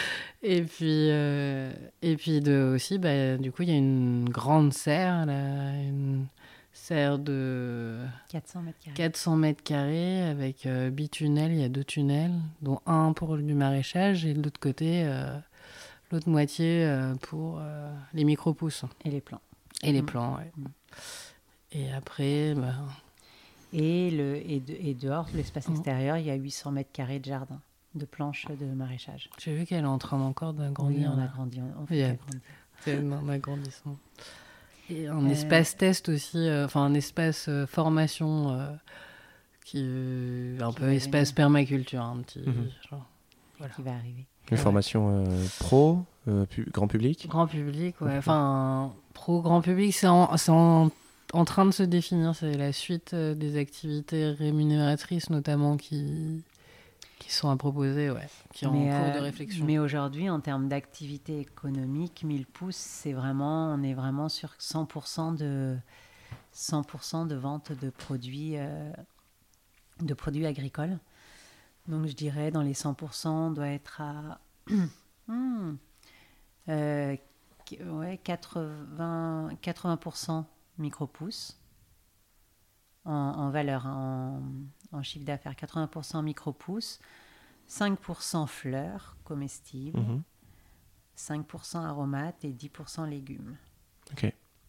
Et puis, euh, et puis de, aussi, bah, du coup, il y a une grande serre, là, une serre de quatre cents mètres carrés. quatre cents mètres carrés avec euh, bitunnels. Il y a deux tunnels, dont un pour du maraîchage et de l'autre côté, euh, l'autre moitié euh, pour euh, les micro-pousses. Et les plants. Et les Mm. plants, ouais. Mm. Et après... Bah... Et, le, et, de, et dehors, l'espace Mm. extérieur, il y a huit cents mètres carrés de jardin, de planches de maraîchage. J'ai vu qu'elle est en train encore d'agrandir. Oui, on a là. grandi, on, on fait Yeah. qu'agrandir. C'est un agrandissement. Et un Euh, espace test aussi, euh, enfin un espace euh, formation euh, qui euh, un Qui peu va espace venir. permaculture, un petit Mhm. genre. Voilà. Qui va arriver. Une Ouais. formation euh, pro, euh, pu- grand public. Grand public, ouais. Ok. Enfin, pro grand public, c'est en, c'est en, en train de se définir. C'est la suite euh, des activités rémunératrices, notamment, qui, qui sont à proposer, ouais. Qui est en Mais, cours de euh, réflexion. mais aujourd'hui, en termes d'activité économique, mille pouces, c'est vraiment, on est vraiment sur cent pour cent de, cent pour cent de vente de produits, euh, de produits agricoles. Donc je dirais dans les cent pour cent, on doit être à hmm, euh, ouais, quatre-vingts, quatre-vingts pour cent micro-pousses en, en valeur, en, en chiffre d'affaires. quatre-vingts pour cent micro-pousses, cinq pour cent fleurs comestibles, Mhm. cinq pour cent aromates et dix pour cent légumes. Ok.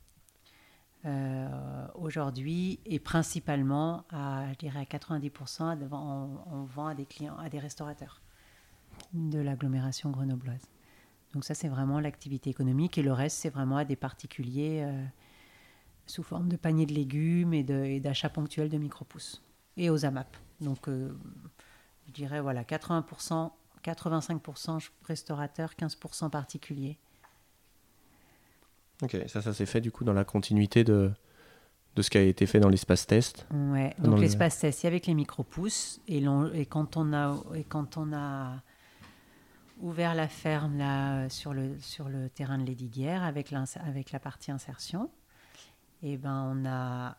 Euh, aujourd'hui, et principalement, à, je dirais à quatre-vingt-dix pour cent, on, on vend à des clients, à des restaurateurs de l'agglomération grenobloise. Donc ça, c'est vraiment l'activité économique, et le reste, c'est vraiment à des particuliers euh, sous forme de paniers de légumes et, de, et d'achats ponctuels de micro-pousses, et aux A M A P. Donc, euh, je dirais, voilà, quatre-vingts pour cent, quatre-vingt-cinq pour cent restaurateurs, quinze pour cent particuliers. Ok, ça, ça s'est fait du coup dans la continuité de, de ce qui a été fait dans l'espace test. Ouais, Dans donc le- l'espace test, il y avait avec les micro-pousses, et, l'on- et, quand on a, et quand on a ouvert la ferme là, sur, le, sur le terrain de Lesdiguières avec, avec la partie insertion, et ben on a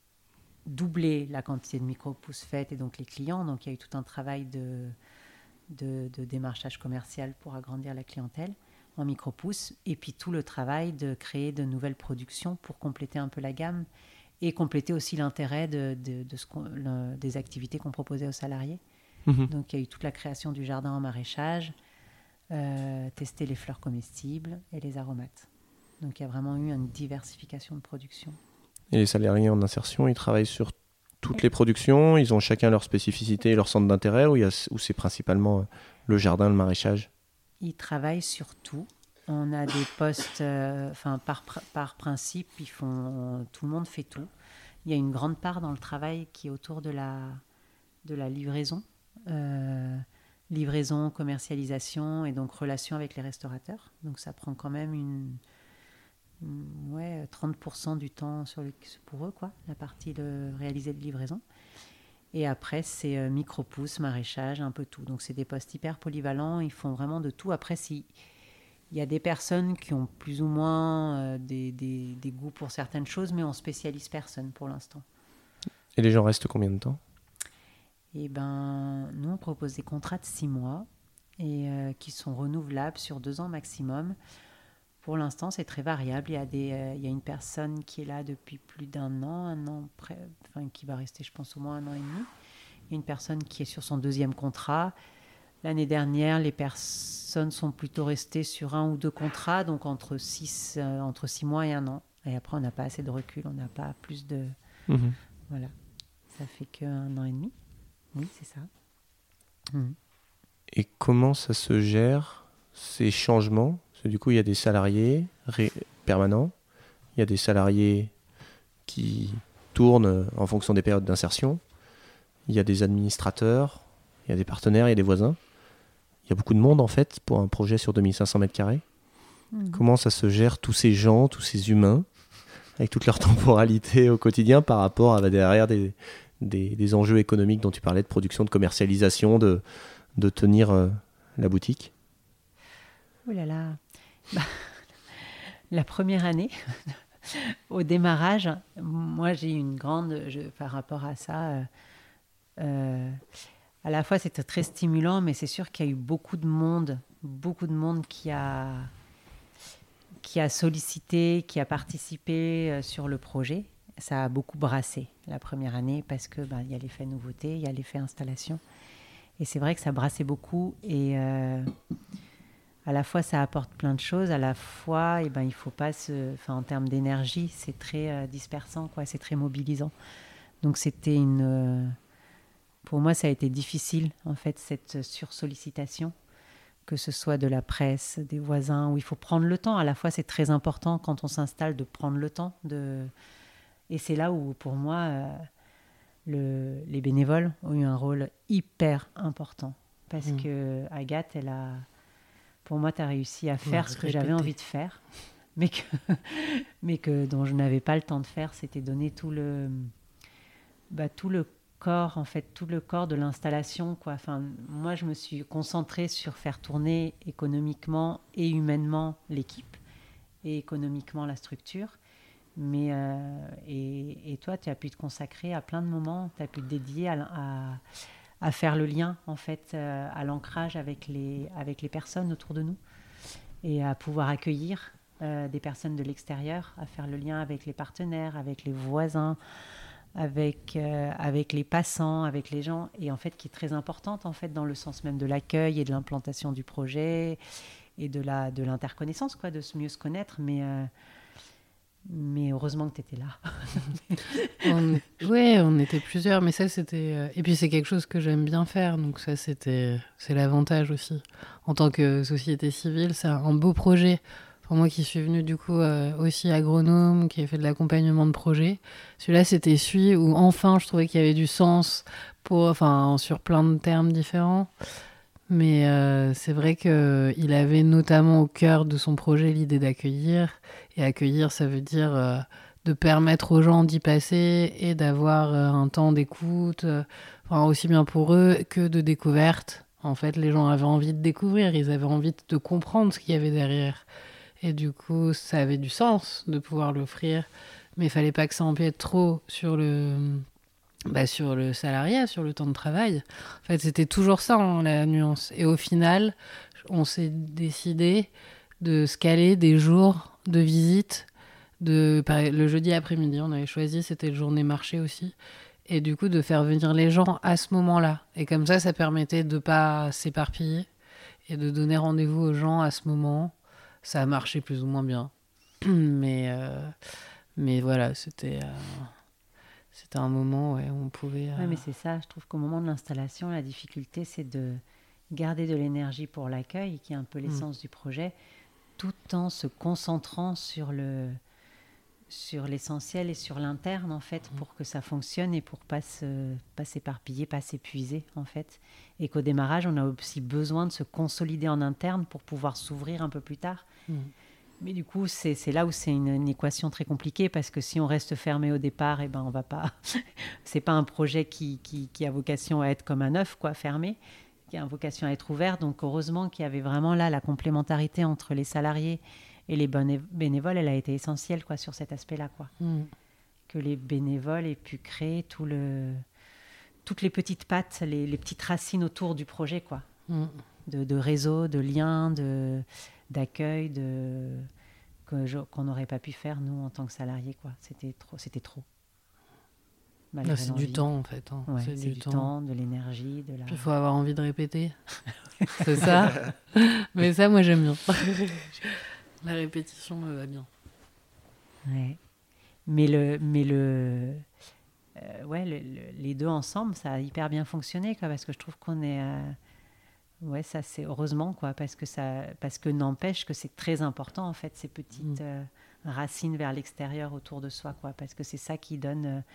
doublé la quantité de micro-pousses faites et donc les clients. Donc il y a eu tout un travail de, de, de démarchage commercial pour agrandir la clientèle en micro-pousses, et puis tout le travail de créer de nouvelles productions pour compléter un peu la gamme et compléter aussi l'intérêt de, de, de ce qu'on, le, des activités qu'on proposait aux salariés. Mhm. Donc il y a eu toute la création du jardin en maraîchage, euh, tester les fleurs comestibles et les aromates. Donc il y a vraiment eu une diversification de production. Et les salariés en insertion, ils travaillent sur toutes les productions, ils ont chacun leur spécificité et leur centre d'intérêt, ou, il y a, ou c'est principalement euh, le jardin, le maraîchage? Ils travaillent sur tout. On a des postes, euh, enfin par, par principe, ils font, tout le monde fait tout. Il y a une grande part dans le travail qui est autour de la, de la livraison, euh, livraison, commercialisation et donc relation avec les restaurateurs. Donc ça prend quand même une, une ouais, trente pour cent du temps sur le, pour eux, quoi, la partie de réaliser de livraison. Et après, c'est euh, micro-pousses, maraîchage, un peu tout. Donc, c'est des postes hyper polyvalents. Ils font vraiment de tout. Après, si, il y a des personnes qui ont plus ou moins euh, des, des, des goûts pour certaines choses, mais on ne spécialise personne pour l'instant. Et les gens restent combien de temps? Et ben, nous, on propose des contrats de six mois et euh, qui sont renouvelables sur deux ans maximum. Pour l'instant, c'est très variable. Il y a, des, euh, il y a une personne qui est là depuis plus d'un an, un an près, enfin, qui va rester, je pense, au moins un an et demi. Il y a une personne qui est sur son deuxième contrat. L'année dernière, les personnes sont plutôt restées sur un ou deux contrats, donc entre six, euh, entre six mois et un an. Et après, on n'a pas assez de recul, on n'a pas plus de... Mhm. Voilà. Ça fait qu'un an et demi. Oui, c'est ça. Mmh. Et comment ça se gère, ces changements? Parce que du coup, il y a des salariés ré- permanents, il y a des salariés qui tournent en fonction des périodes d'insertion, il y a des administrateurs, il y a des partenaires, il y a des voisins. Il y a beaucoup de monde, en fait, pour un projet sur deux mille cinq cents mètres carrés. Mmh. Comment ça se gère, tous ces gens, tous ces humains, avec toute leur temporalité au quotidien par rapport à derrière des, des, des enjeux économiques dont tu parlais, de production, de commercialisation, de, de tenir euh, la boutique? Oh là là. Bah, la première année, au démarrage, moi j'ai eu une grande, je, par rapport à ça, euh, euh, à la fois c'était très stimulant, mais c'est sûr qu'il y a eu beaucoup de monde beaucoup de monde qui a, qui a sollicité, qui a participé euh, sur le projet. Ça a beaucoup brassé la première année parce que bah, y a l'effet nouveauté, il y a l'effet installation. Et c'est vrai que ça brassait beaucoup. Et euh, à la fois, ça apporte plein de choses. À la fois, eh ben, il faut pas se... Enfin, en termes d'énergie, c'est très euh, dispersant, quoi. C'est très mobilisant. Donc, c'était une... Euh... Pour moi, ça a été difficile, en fait, cette sursollicitation, que ce soit de la presse, des voisins, où il faut prendre le temps. À la fois, c'est très important, quand on s'installe, de prendre le temps. De... Et c'est là où, pour moi, euh, le... les bénévoles ont eu un rôle hyper important. Parce mmh. que Agathe, elle a... Pour moi, tu as réussi à faire ce que répéter. J'avais envie de faire, mais que, mais que dont je n'avais pas le temps de faire. C'était donner tout le, bah, tout le corps, en fait, tout le corps de l'installation, quoi. Enfin, moi, je me suis concentrée sur faire tourner économiquement et humainement l'équipe, et économiquement la structure. Mais, euh, et, et toi, tu as pu te consacrer à plein de moments, tu as pu te dédier à... à à faire le lien, en fait, euh, à l'ancrage avec les, avec les personnes autour de nous et à pouvoir accueillir euh, des personnes de l'extérieur, à faire le lien avec les partenaires, avec les voisins, avec, euh, avec les passants, avec les gens, et en fait, qui est très importante, en fait, dans le sens même de l'accueil et de l'implantation du projet et de, la, de l'interconnaissance, quoi, de se mieux se connaître, mais... Euh, Mais heureusement que tu étais là. on, ouais, on était plusieurs, mais ça c'était... Euh, et puis c'est quelque chose que j'aime bien faire, donc ça c'était... C'est l'avantage aussi. En tant que société civile, c'est un beau projet. Pour moi qui suis venue du coup euh, aussi agronome, qui a fait de l'accompagnement de projet, celui-là c'était celui où enfin je trouvais qu'il y avait du sens pour, enfin, sur plein de termes différents. Mais euh, c'est vrai qu'il avait notamment au cœur de son projet l'idée d'accueillir. Et accueillir, ça veut dire euh, de permettre aux gens d'y passer et d'avoir euh, un temps d'écoute, euh, enfin, aussi bien pour eux que de découverte. En fait, les gens avaient envie de découvrir, ils avaient envie de comprendre ce qu'il y avait derrière. Et du coup, ça avait du sens de pouvoir l'offrir. Mais il ne fallait pas que ça empiète trop sur le... Bah, sur le salariat, sur le temps de travail. En fait, c'était toujours ça, hein, la nuance. Et au final, on s'est décidé de se caler des jours de visite. De, pareil, le jeudi après-midi, on avait choisi, c'était le journée marché aussi. Et du coup, de faire venir les gens à ce moment-là. Et comme ça, ça permettait de ne pas s'éparpiller et de donner rendez-vous aux gens à ce moment. Ça a marché plus ou moins bien. Mais, euh, mais voilà, c'était... Euh... C'était un moment ouais, où on pouvait... Euh... Oui, mais c'est ça. Je trouve qu'au moment de l'installation, la difficulté, c'est de garder de l'énergie pour l'accueil, qui est un peu l'essence mmh. du projet, tout en se concentrant sur, le, sur l'essentiel et sur l'interne, en fait, mmh. pour que ça fonctionne et pour ne pas, se, pas s'éparpiller, pas s'épuiser, en fait. Et qu'au démarrage, on a aussi besoin de se consolider en interne pour pouvoir s'ouvrir un peu plus tard. Mmh. Mais du coup, c'est, c'est là où c'est une, une équation très compliquée, parce que si on reste fermé au départ, eh ben, on va pas... c'est pas un projet qui, qui, qui a vocation à être comme un œuf, quoi, fermé, qui a vocation à être ouvert. Donc heureusement qu'il y avait vraiment là la complémentarité entre les salariés et les bénévoles, elle a été essentielle, quoi, sur cet aspect-là, quoi. Mm. Que les bénévoles aient pu créer tout le... toutes les petites pattes, les, les petites racines autour du projet, quoi. Mm. De, de réseau, de liens, de... d'accueil, de... que je... qu'on n'aurait pas pu faire, nous, en tant que salariés, quoi. C'était trop. C'était trop. Là, c'est du temps, en fait. Hein. Ouais, c'est c'est du, du temps. temps, de l'énergie. De la... Puis il faut avoir envie de répéter. C'est ça. Mais ça, moi, j'aime bien. La répétition me va bien. Ouais. Mais le... Mais le... Euh, ouais, le, le, les deux ensemble, ça a hyper bien fonctionné, quoi, parce que je trouve qu'on est... Euh... Ouais, ça c'est heureusement, quoi, parce que ça, parce que n'empêche que c'est très important, en fait, ces petites mmh. euh, racines vers l'extérieur autour de soi, quoi, parce que c'est ça qui donne euh,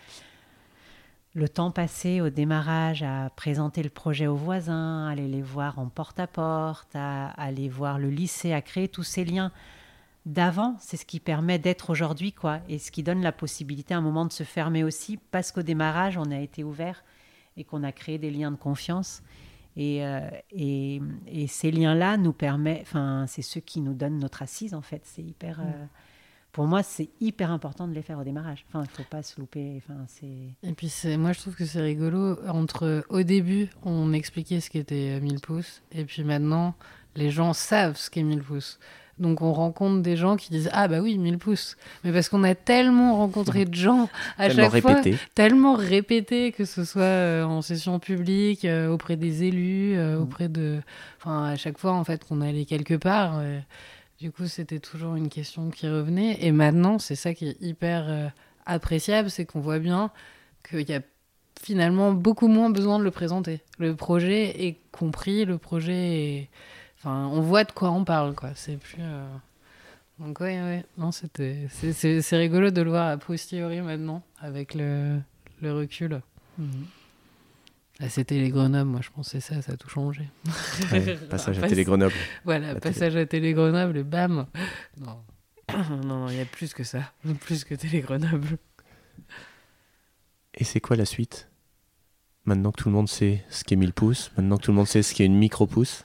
le temps passé au démarrage à présenter le projet aux voisins, à aller les voir en porte-à-porte, à, à aller voir le lycée, à créer tous ces liens d'avant. C'est ce qui permet d'être aujourd'hui, quoi, et ce qui donne la possibilité à un moment de se fermer aussi, parce qu'au démarrage, on a été ouvert et qu'on a créé des liens de confiance. Et, euh, et, et ces liens-là nous permettent, enfin, c'est ceux qui nous donnent notre assise, en fait. C'est hyper, euh, pour moi, c'est hyper important de les faire au démarrage. Enfin, il ne faut pas se louper. Enfin, c'est... Et puis, c'est, moi, je trouve que c'est rigolo. Entre, au début, on expliquait ce qu'était mille pouces. Et puis maintenant, les gens savent ce qu'est mille pouces. Donc on rencontre des gens qui disent « Ah bah oui, mille pouces !» Mais parce qu'on a tellement rencontré de gens à tellement chaque répété. fois, tellement répété, que ce soit euh, en session publique, euh, auprès des élus, euh, Mm. auprès de... Enfin, à chaque fois, en fait, qu'on allait quelque part, euh, du coup, c'était toujours une question qui revenait. Et maintenant, c'est ça qui est hyper euh, appréciable, c'est qu'on voit bien qu'il y a finalement beaucoup moins besoin de le présenter. Le projet est compris, le projet est... Enfin, on voit de quoi on parle, quoi. C'est plus... Euh... Donc, ouais, ouais. Non, c'était... C'est, c'est, c'est rigolo de le voir a posteriori maintenant, avec le, le recul. Mm. Là, c'était les Grenoble, moi, je pensais ça, ça a tout changé. Ouais, passage à Passe- Télé-Grenoble. Voilà, La passage à Télé Grenoble et bam. Non, non, non, il y a plus que ça. Plus que Télé Grenoble. Et c'est quoi la suite ? Maintenant que tout le monde sait ce qu'est mille pouces, maintenant que tout le monde sait ce qu'est une micro-pouce,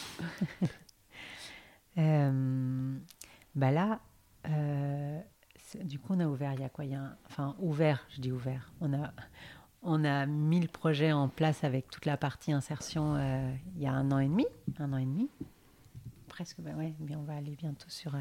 Euh, bah là, euh, c'est- du coup, on a ouvert il y a quoi il y a un- Enfin, ouvert, je dis ouvert. On a, on a mis le projet en place avec toute la partie insertion euh, il y a un an et demi. Un an et demi Presque, bah ouais, bien, on va aller bientôt sur... euh,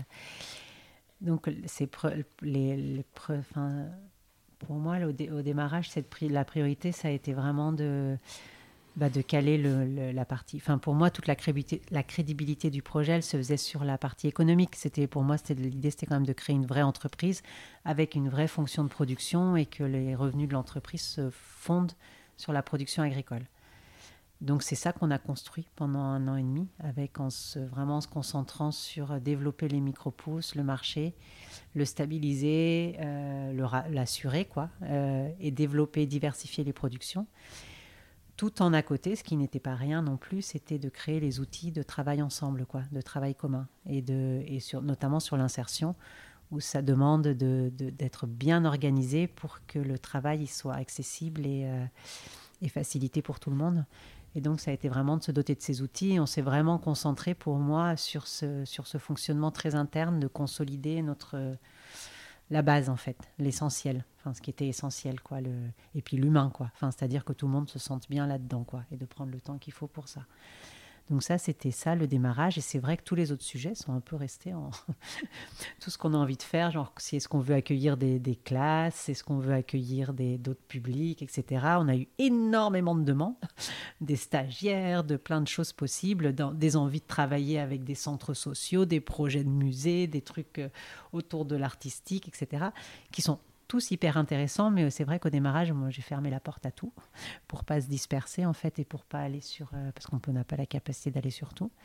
donc, c'est pre- les, les pre- enfin, pour moi, au, dé- au démarrage, cette pri- la priorité, ça a été vraiment de... Bah, de caler le, le- la partie. Enfin, pour moi, toute la crédibilité, la crédibilité du projet, elle se faisait sur la partie économique. C'était, pour moi, c'était, l'idée, c'était quand même de créer une vraie entreprise avec une vraie fonction de production et que les revenus de l'entreprise se fondent sur la production agricole. Donc, c'est ça qu'on a construit pendant un an et demi, avec en se, vraiment en se concentrant sur développer les micro-pousses, le marché, le stabiliser, euh, le ra- l'assurer, quoi, euh, et développer, diversifier les productions. Tout en à côté, ce qui n'était pas rien non plus, c'était de créer les outils de travail ensemble, quoi, de travail commun, et, de, et sur, notamment sur l'insertion, où ça demande de, de, d'être bien organisé pour que le travail il soit accessible et, euh, et facilité pour tout le monde. Et donc, ça a été vraiment de se doter de ces outils. Et on s'est vraiment concentré, pour moi, sur ce, sur ce fonctionnement très interne, de consolider notre... la base en fait, l'essentiel, enfin ce qui était essentiel quoi, le... et puis l'humain quoi, enfin c'est-à-dire que tout le monde se sente bien là-dedans quoi, et de prendre le temps qu'il faut pour ça. Donc ça c'était ça le démarrage, et c'est vrai que tous les autres sujets sont un peu restés en tout ce qu'on a envie de faire, genre si est-ce qu'on veut accueillir des, des classes, est-ce qu'on veut accueillir des, d'autres publics, et cetera. On a eu énormément de demandes, des stagiaires, de plein de choses possibles, dans, des envies de travailler avec des centres sociaux, des projets de musées, des trucs euh, autour de l'artistique, et cetera, qui sont tous hyper intéressants, mais c'est vrai qu'au démarrage, moi, j'ai fermé la porte à tout pour pas se disperser, en fait, et pour pas aller sur... Euh, parce qu'on n'a pas la capacité d'aller sur tout.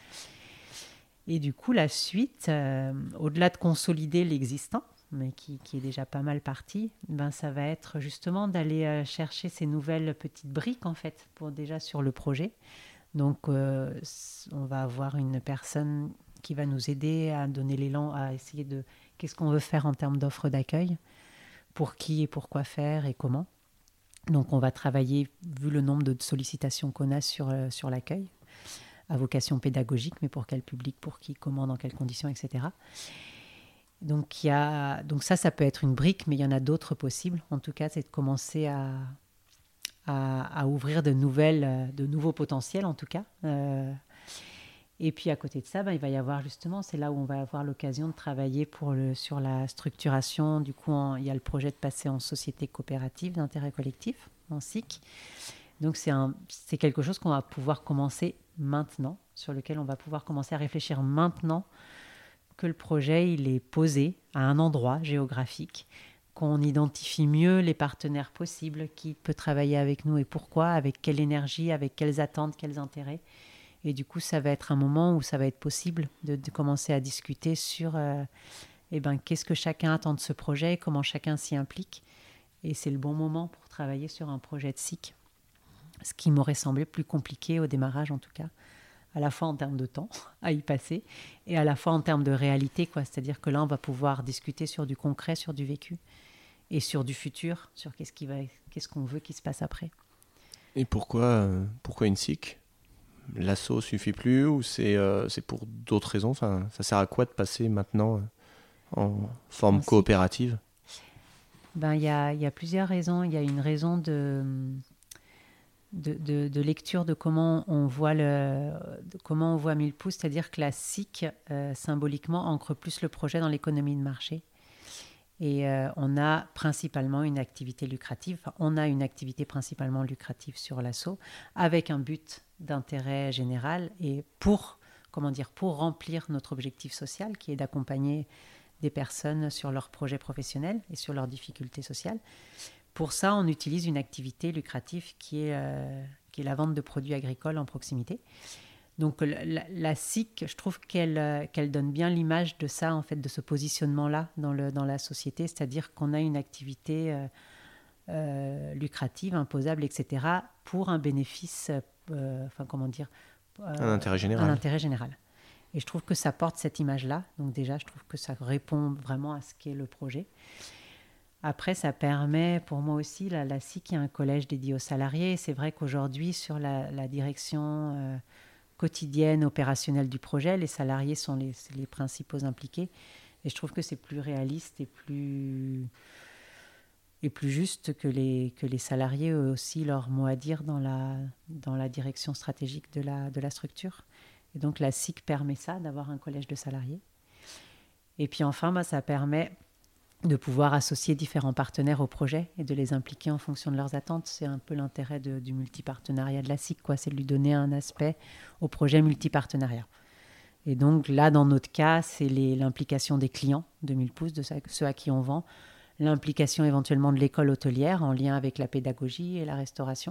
Et du coup, la suite, euh, au-delà de consolider l'existant, mais qui, qui est déjà pas mal parti, ben, ça va être justement d'aller euh, chercher ces nouvelles petites briques, en fait, pour déjà sur le projet. Donc, euh, on va avoir une personne qui va nous aider à donner l'élan, à essayer de... Qu'est-ce qu'on veut faire en termes d'offres d'accueil ? Pour qui et pourquoi faire et comment. Donc on va travailler, vu le nombre de sollicitations qu'on a sur, euh, sur l'accueil, à vocation pédagogique, mais pour quel public, pour qui, comment, dans quelles conditions, et cetera. Donc, il y a, donc ça, ça peut être une brique, mais il y en a d'autres possibles. En tout cas, c'est de commencer à, à, à ouvrir de, nouvelles, de nouveaux potentiels, en tout cas. Euh, Et puis à côté de ça, ben, il va y avoir justement, c'est là où on va avoir l'occasion de travailler pour le, sur la structuration. Du coup, en, il y a le projet de passer en société coopérative d'intérêt collectif, en S I C. Donc c'est, un, c'est quelque chose qu'on va pouvoir commencer maintenant, sur lequel on va pouvoir commencer à réfléchir maintenant que le projet il est posé à un endroit géographique, qu'on identifie mieux les partenaires possibles, qui peut travailler avec nous et pourquoi, avec quelle énergie, avec quelles attentes, quels intérêts. Et du coup, ça va être un moment où ça va être possible de, de commencer à discuter sur euh, eh ben, qu'est-ce que chacun attend de ce projet, comment chacun s'y implique. Et c'est le bon moment pour travailler sur un projet de S I C. Ce qui m'aurait semblé plus compliqué au démarrage, en tout cas, à la fois en termes de temps à y passer et à la fois en termes de réalité, quoi. C'est-à-dire que là, on va pouvoir discuter sur du concret, sur du vécu et sur du futur, sur qu'est-ce, qui va, qu'est-ce qu'on veut qu'il se passe après. Et pourquoi, euh, pourquoi une S I C ? L'asso suffit plus ou c'est, euh, c'est pour d'autres raisons, enfin, ça sert à quoi de passer maintenant euh, en forme en coopérative ? Ben, y a, y a plusieurs raisons. Il y a une raison de, de, de, de lecture de comment on voit, le, de comment on voit mille pouces, c'est-à-dire que la S I C, euh, symboliquement, ancre plus le projet dans l'économie de marché. Et euh, on a principalement une activité lucrative, enfin, on a une activité principalement lucrative sur l'asso, avec un but d'intérêt général et pour, comment dire, pour remplir notre objectif social, qui est d'accompagner des personnes sur leurs projets professionnels et sur leurs difficultés sociales. Pour ça, on utilise une activité lucrative qui est, euh, qui est la vente de produits agricoles en proximité. Donc la, la S I C, je trouve qu'elle, qu'elle donne bien l'image de ça, en fait, de ce positionnement-là dans, le, dans la société, c'est-à-dire qu'on a une activité euh, euh, lucrative, imposable, et cetera, pour un bénéfice, euh, enfin comment dire, euh, un intérêt général. Un intérêt général. Et je trouve que ça porte cette image-là. Donc déjà, je trouve que ça répond vraiment à ce qu'est le projet. Après, ça permet, pour moi aussi, la, la S I C, il y a un collège dédié aux salariés. C'est vrai qu'aujourd'hui, sur la, la direction euh, quotidienne, opérationnelle du projet, les salariés sont les, les principaux impliqués. Et je trouve que c'est plus réaliste et plus, et plus juste que les, que les salariés aient aussi leur mot à dire dans la, dans la direction stratégique de la, de la structure. Et donc la S I C permet ça, d'avoir un collège de salariés. Et puis enfin, bah, ça permet de pouvoir associer différents partenaires au projet et de les impliquer en fonction de leurs attentes. C'est un peu l'intérêt de, du multipartenariat de la S I C, quoi. C'est de lui donner un aspect au projet multipartenariat. Et donc là, dans notre cas, c'est les, l'implication des clients de mille pouces, de ceux à qui on vend, l'implication éventuellement de l'école hôtelière en lien avec la pédagogie et la restauration,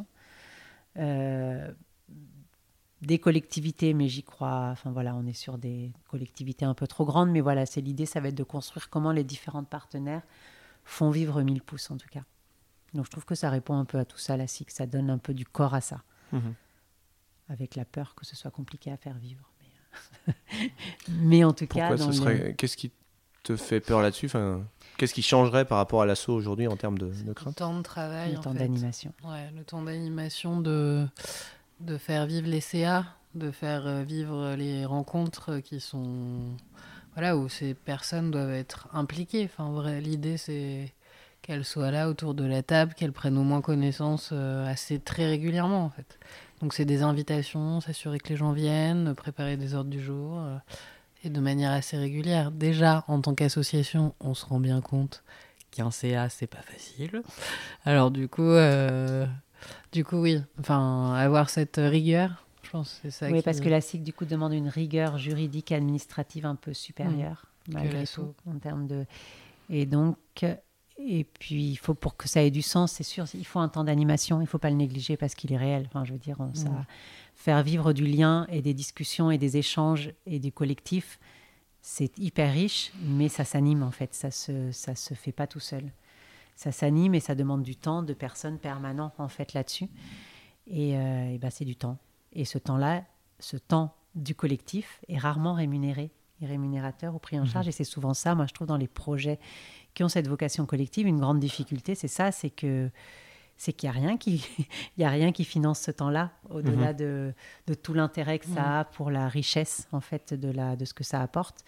euh, des collectivités, mais j'y crois, enfin voilà, on est sur des collectivités un peu trop grandes, mais voilà, c'est l'idée, ça va être de construire comment les différents partenaires font vivre mille pouces, en tout cas. Donc je trouve que ça répond un peu à tout ça, la S I C, ça donne un peu du corps à ça, mmh. avec la peur que ce soit compliqué à faire vivre. Mais, mais en tout Pourquoi cas... Pourquoi ce serait... Le... Qu'est-ce qui te fait peur là-dessus, enfin, qu'est-ce qui changerait par rapport à l'asso aujourd'hui en termes de, de crainte ? Le temps de travail, Le en temps fait. d'animation. Ouais, le temps d'animation de... de faire vivre les C A, de faire vivre les rencontres qui sont... Voilà, où ces personnes doivent être impliquées. Enfin, vrai, l'idée, c'est qu'elles soient là autour de la table, qu'elles prennent au moins connaissance assez très régulièrement, en fait. Donc, c'est des invitations, s'assurer que les gens viennent, préparer des ordres du jour, euh, et de manière assez régulière. Déjà, en tant qu'association, on se rend bien compte qu'un C A, c'est pas facile. Alors, du coup... Euh... Du coup, oui. Enfin, avoir cette rigueur, je pense que c'est ça. Oui, qui... parce que la S I C, du coup, demande une rigueur juridique et administrative un peu supérieure, mmh. malgré tout, en termes de... Et donc, et puis, il faut, pour que ça ait du sens, c'est sûr, il faut un temps d'animation, il ne faut pas le négliger parce qu'il est réel. Enfin, je veux dire, on, ça, mmh. faire vivre du lien et des discussions et des échanges et du collectif, c'est hyper riche, mais ça s'anime, en fait. Ça se, ça se fait pas tout seul. Ça s'anime et ça demande du temps de personnes permanentes en fait là-dessus. Et, euh, et ben, c'est du temps. Et ce temps-là, ce temps du collectif est rarement rémunéré et rémunérateur ou pris en charge. Mmh. Et c'est souvent ça, moi je trouve, dans les projets qui ont cette vocation collective, une grande difficulté, c'est ça, c'est que c'est qu'il n'y a rien qui, il y a rien qui finance ce temps-là, au-delà mmh. de, de tout l'intérêt que ça mmh. a pour la richesse en fait de, la, de ce que ça apporte.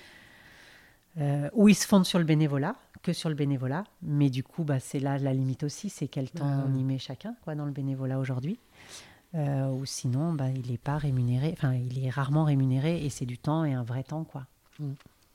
Euh, où ils se fondent sur le bénévolat, que sur le bénévolat, mais du coup, bah, c'est là la limite aussi, c'est quel temps mmh. on y met chacun quoi, dans le bénévolat aujourd'hui. Euh, ou sinon, bah, il n'est pas rémunéré, enfin, il est rarement rémunéré et c'est du temps et un vrai temps, quoi. Mmh.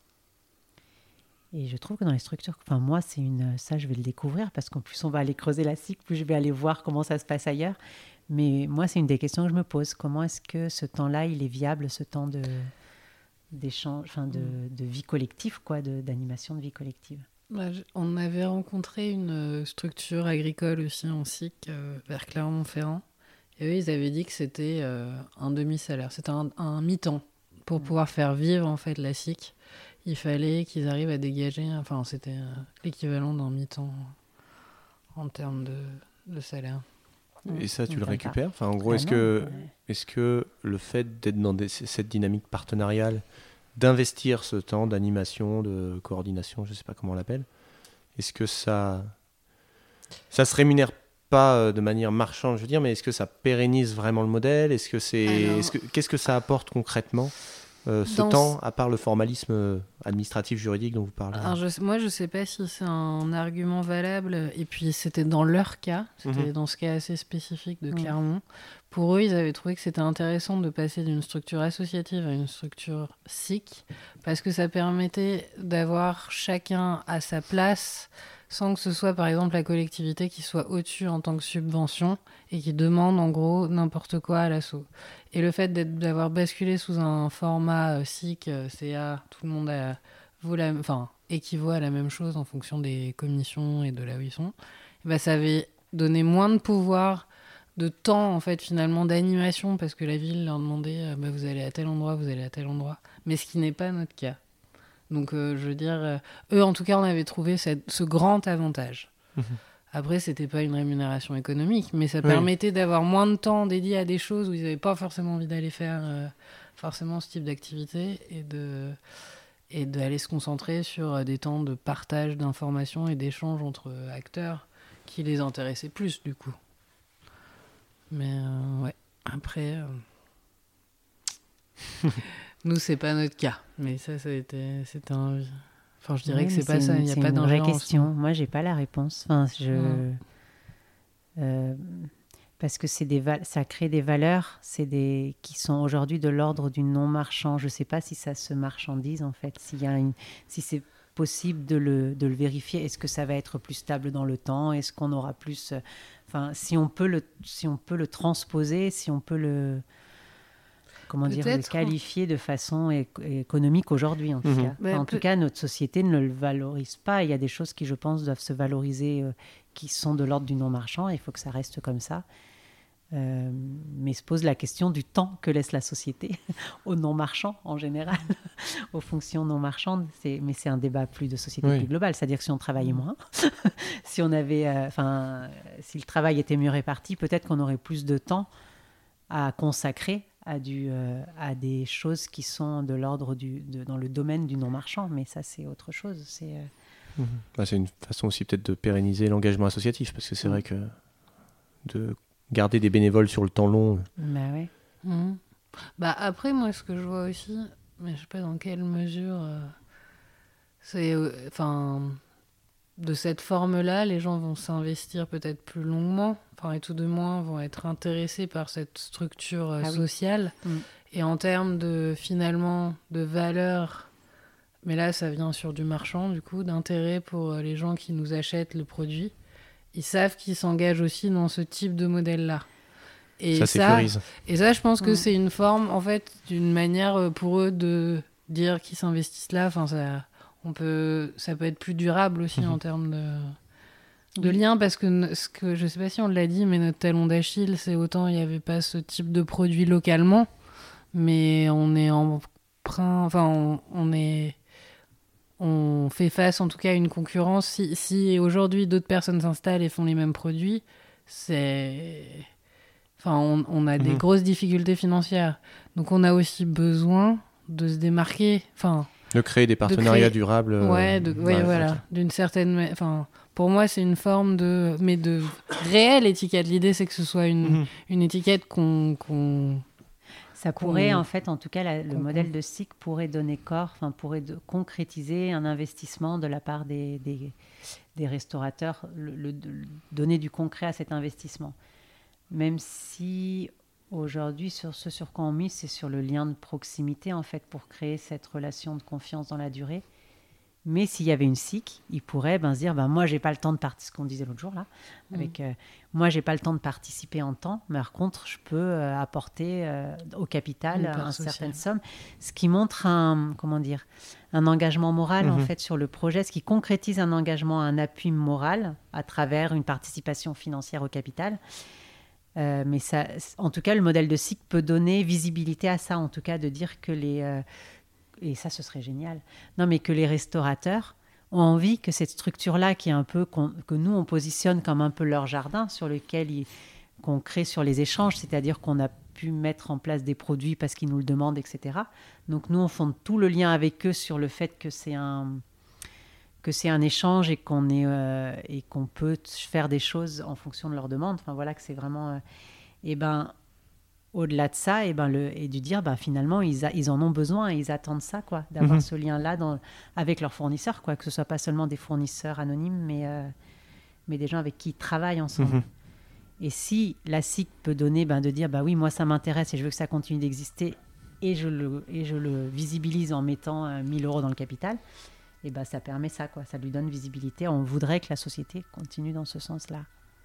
Et je trouve que dans les structures, enfin, moi, c'est une, ça, je vais le découvrir parce qu'en plus, on va aller creuser la S I C, plus je vais aller voir comment ça se passe ailleurs. Mais moi, c'est une des questions que je me pose. Comment est-ce que ce temps-là, il est viable, ce temps de... d'échange, enfin de, de vie collective, quoi, de, d'animation de vie collective. Bah, je, on avait rencontré une structure agricole aussi en S I C euh, vers Clermont-Ferrand. Et eux, ils avaient dit que c'était euh, un demi-salaire, c'était un, un mi-temps. Pour mmh. pouvoir faire vivre en fait la S I C, il fallait qu'ils arrivent à dégager, enfin c'était euh, l'équivalent d'un mi-temps en termes de, de salaire. Et ça, tu mmh, le récupères enfin, en gros, est-ce que, ouais. est-ce que le fait d'être dans des, cette dynamique partenariale, d'investir ce temps d'animation, de coordination, je ne sais pas comment on l'appelle, est-ce que ça ça se rémunère pas de manière marchande, je veux dire, mais est-ce que ça pérennise vraiment le modèle ? Est-ce que c'est, Alors... est-ce que, qu'est-ce que ça apporte concrètement ? euh, ce Dans temps, à part le formalisme euh, administratif, juridique dont vous parlez? Alors je, moi, je ne sais pas si c'est un argument valable. Et puis, c'était dans leur cas. C'était Mhm. dans ce cas assez spécifique de Mhm. Clermont. Pour eux, ils avaient trouvé que c'était intéressant de passer d'une structure associative à une structure S I C parce que ça permettait d'avoir chacun à sa place sans que ce soit, par exemple, la collectivité qui soit au-dessus en tant que subvention et qui demande, en gros, n'importe quoi à l'asso. Et le fait d'être- d'avoir basculé sous un format euh, S I C, euh, C A, tout le monde a, vaut la, enfin, équivaut à la même chose en fonction des commissions et de là où ils sont, et ben, ça avait donné moins de pouvoir, de temps, en fait, finalement, d'animation, parce que la ville leur demandait euh, bah, vous allez à tel endroit, vous allez à tel endroit. Mais ce qui n'est pas notre cas. Donc, euh, je veux dire, euh, eux, en tout cas, on avait trouvé cette- ce grand avantage. Mhm. Après, c'était pas une rémunération économique, mais ça Oui. permettait d'avoir moins de temps dédié à des choses où ils n'avaient pas forcément envie d'aller faire euh, forcément ce type d'activité et de et d'aller se concentrer sur euh, des temps de partage d'informations et d'échanges entre euh, acteurs qui les intéressaient plus, du coup. Mais euh, ouais, après, euh, nous, c'est pas notre cas. Mais ça, ça a été, c'était un... Enfin, je dirais Ouais, que mais c'est pas ça, il une- n'y a c'est pas une vraie d'ingérence. question. Moi, j'ai pas la réponse. Enfin, je... Mm. euh, parce que c'est des val- ça crée des valeurs, c'est des qui sont aujourd'hui de l'ordre du non marchand. Je sais pas si ça se marchandise en fait, s'il y a une, si c'est possible de le, de le vérifier. Est-ce que ça va être plus stable dans le temps? Est-ce qu'on aura plus, euh, enfin, si on peut le, si on peut le transposer, si on peut le, comment dire, le Peut-être. qualifier de façon é- économique aujourd'hui en tout Mhm. cas. Bah, Enfin, en peut- tout cas, notre société ne le valorise pas. Il y a des choses qui, je pense, doivent se valoriser, euh, qui sont de l'ordre du non marchand. Il faut que ça reste comme ça. Euh, mais se pose la question du temps que laisse la société aux non-marchands en général, aux fonctions non-marchandes. C'est, mais c'est un débat plus de société Oui. plus global. C'est-à-dire que si on travaillait moins, si on avait, euh, enfin, si le travail était mieux réparti, peut-être qu'on aurait plus de temps à consacrer à, du, euh, à des choses qui sont de l'ordre du, de, dans le domaine du non-marchand. Mais ça, c'est autre chose. C'est, euh, Mhm. Bah, c'est une façon aussi peut-être de pérenniser l'engagement associatif, parce que c'est Mhm. vrai que de garder des bénévoles sur le temps long. bah ouais. Mhm. Bah après, moi, ce que je vois aussi, mais je sais pas dans quelle mesure, euh, c'est, euh, enfin, de cette forme-là, les gens vont s'investir peut-être plus longuement, enfin, et tout de moins vont être intéressés par cette structure euh, Ah oui. sociale. Mm. Et en termes de, finalement, de valeur, mais là, ça vient sur du marchand, du coup, d'intérêt pour euh, les gens qui nous achètent le produit. Ils savent qu'ils s'engagent aussi dans ce type de modèle-là. Et Ça ça, sécurise. et ça, je pense que Mm. c'est une forme, en fait, d'une manière euh, pour eux de dire qu'ils s'investissent là. Enfin, ça, on peut, ça peut être plus durable aussi Mhm. en termes de, de lien, parce que, n- ce que je sais pas si on l'a dit, mais notre talon d'Achille, c'est autant il n'y avait pas ce type de produit localement, mais on est emprunt, enfin, on, on est, on fait face en tout cas à une concurrence. Si, si aujourd'hui d'autres personnes s'installent et font les mêmes produits, c'est Enfin, on, on a des Mhm. grosses difficultés financières. Donc, on a aussi besoin de se démarquer. Enfin, De créer des partenariats créer- durables. euh, ouais, de, ouais, ouais, voilà. ok. D'une certaine... ma- Enfin, pour moi, c'est une forme de... Mais de réelle étiquette. L'idée, c'est que ce soit une, Mhm. une étiquette qu'on... qu'on... Ça qu'on- pourrait, en fait, en tout cas, la- le qu'on- modèle de S I C pourrait donner corps, enfin, pourrait de- concrétiser un investissement de la part des, des, des restaurateurs, le, le- de- donner du concret à cet investissement. Même si aujourd'hui, sur ce sur quoi on mise, c'est sur le lien de proximité, en fait, pour créer cette relation de confiance dans la durée. Mais s'il y avait une S I C, il pourrait ben, se dire, ben, moi, j'ai pas le temps de participer, ce qu'on disait l'autre jour, là, Mm. avec, euh, moi, j'ai pas le temps de participer en temps, mais par contre, je peux euh, apporter euh, au capital Une une part certaine sociale. somme, ce qui montre un, comment dire, un engagement moral, en Mhm. fait, sur le projet, ce qui concrétise un engagement, un appui moral à travers une participation financière au capital. Euh, mais ça, en tout cas, le modèle de S I C peut donner visibilité à ça, en tout cas, de dire que les... euh, et ça, ce serait génial. Non, mais que les restaurateurs ont envie que cette structure-là, qui est un peu... qu'on- que nous, on positionne comme un peu leur jardin, sur lequel ils, qu'on crée sur les échanges, c'est-à-dire qu'on a pu mettre en place des produits parce qu'ils nous le demandent, et cetera. Donc, nous, on fonde tout le lien avec eux sur le fait que c'est un... que c'est un échange et qu'on est euh, et qu'on peut faire des choses en fonction de leurs demandes. Enfin voilà que c'est vraiment. Euh, et ben, au-delà de ça, et, ben le, et de dire ben finalement, ils, a, ils en ont besoin et ils attendent ça, quoi, d'avoir mmh. ce lien-là dans, avec leurs fournisseurs, quoi, que ce ne soit pas seulement des fournisseurs anonymes, mais, euh, mais des gens avec qui ils travaillent ensemble. Mmh. Et si la S I C peut donner, ben, de dire, bah oui, moi ça m'intéresse et je veux que ça continue d'exister, et je le, et je le visibilise en mettant euh, mille euros dans le capital, et ben ça permet ça, quoi, ça lui donne visibilité. On voudrait que la société continue dans ce sens-là.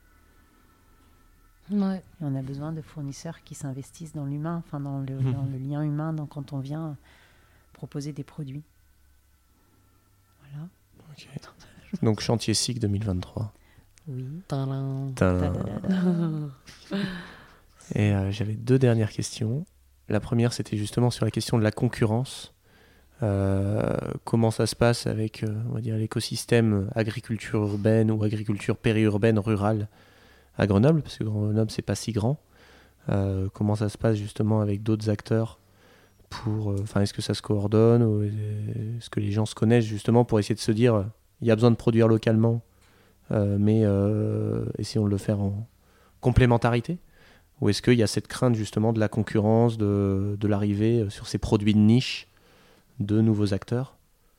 Ouais. Et on a besoin de fournisseurs qui s'investissent dans l'humain, enfin dans le, mmh. dans le lien humain, dans, quand on vient proposer des produits. Voilà. Okay. Donc chantier S I C deux mille vingt-trois. Oui. Tadam. Tadam. Et euh, j'avais deux dernières questions. La première, c'était justement sur la question de la concurrence. Euh, comment ça se passe avec euh, on va dire, l'écosystème agriculture urbaine ou agriculture périurbaine rurale à Grenoble, parce que Grenoble, c'est pas si grand. Euh, comment ça se passe justement avec d'autres acteurs pour, enfin, euh, est-ce que ça se coordonne ou est-ce que les gens se connaissent justement pour essayer de se dire, il euh, y a besoin de produire localement, euh, mais euh, essayons de le faire en complémentarité, ou est-ce qu'il y a cette crainte justement de la concurrence, de, de l'arrivée sur ces produits de niche de nouveaux acteurs?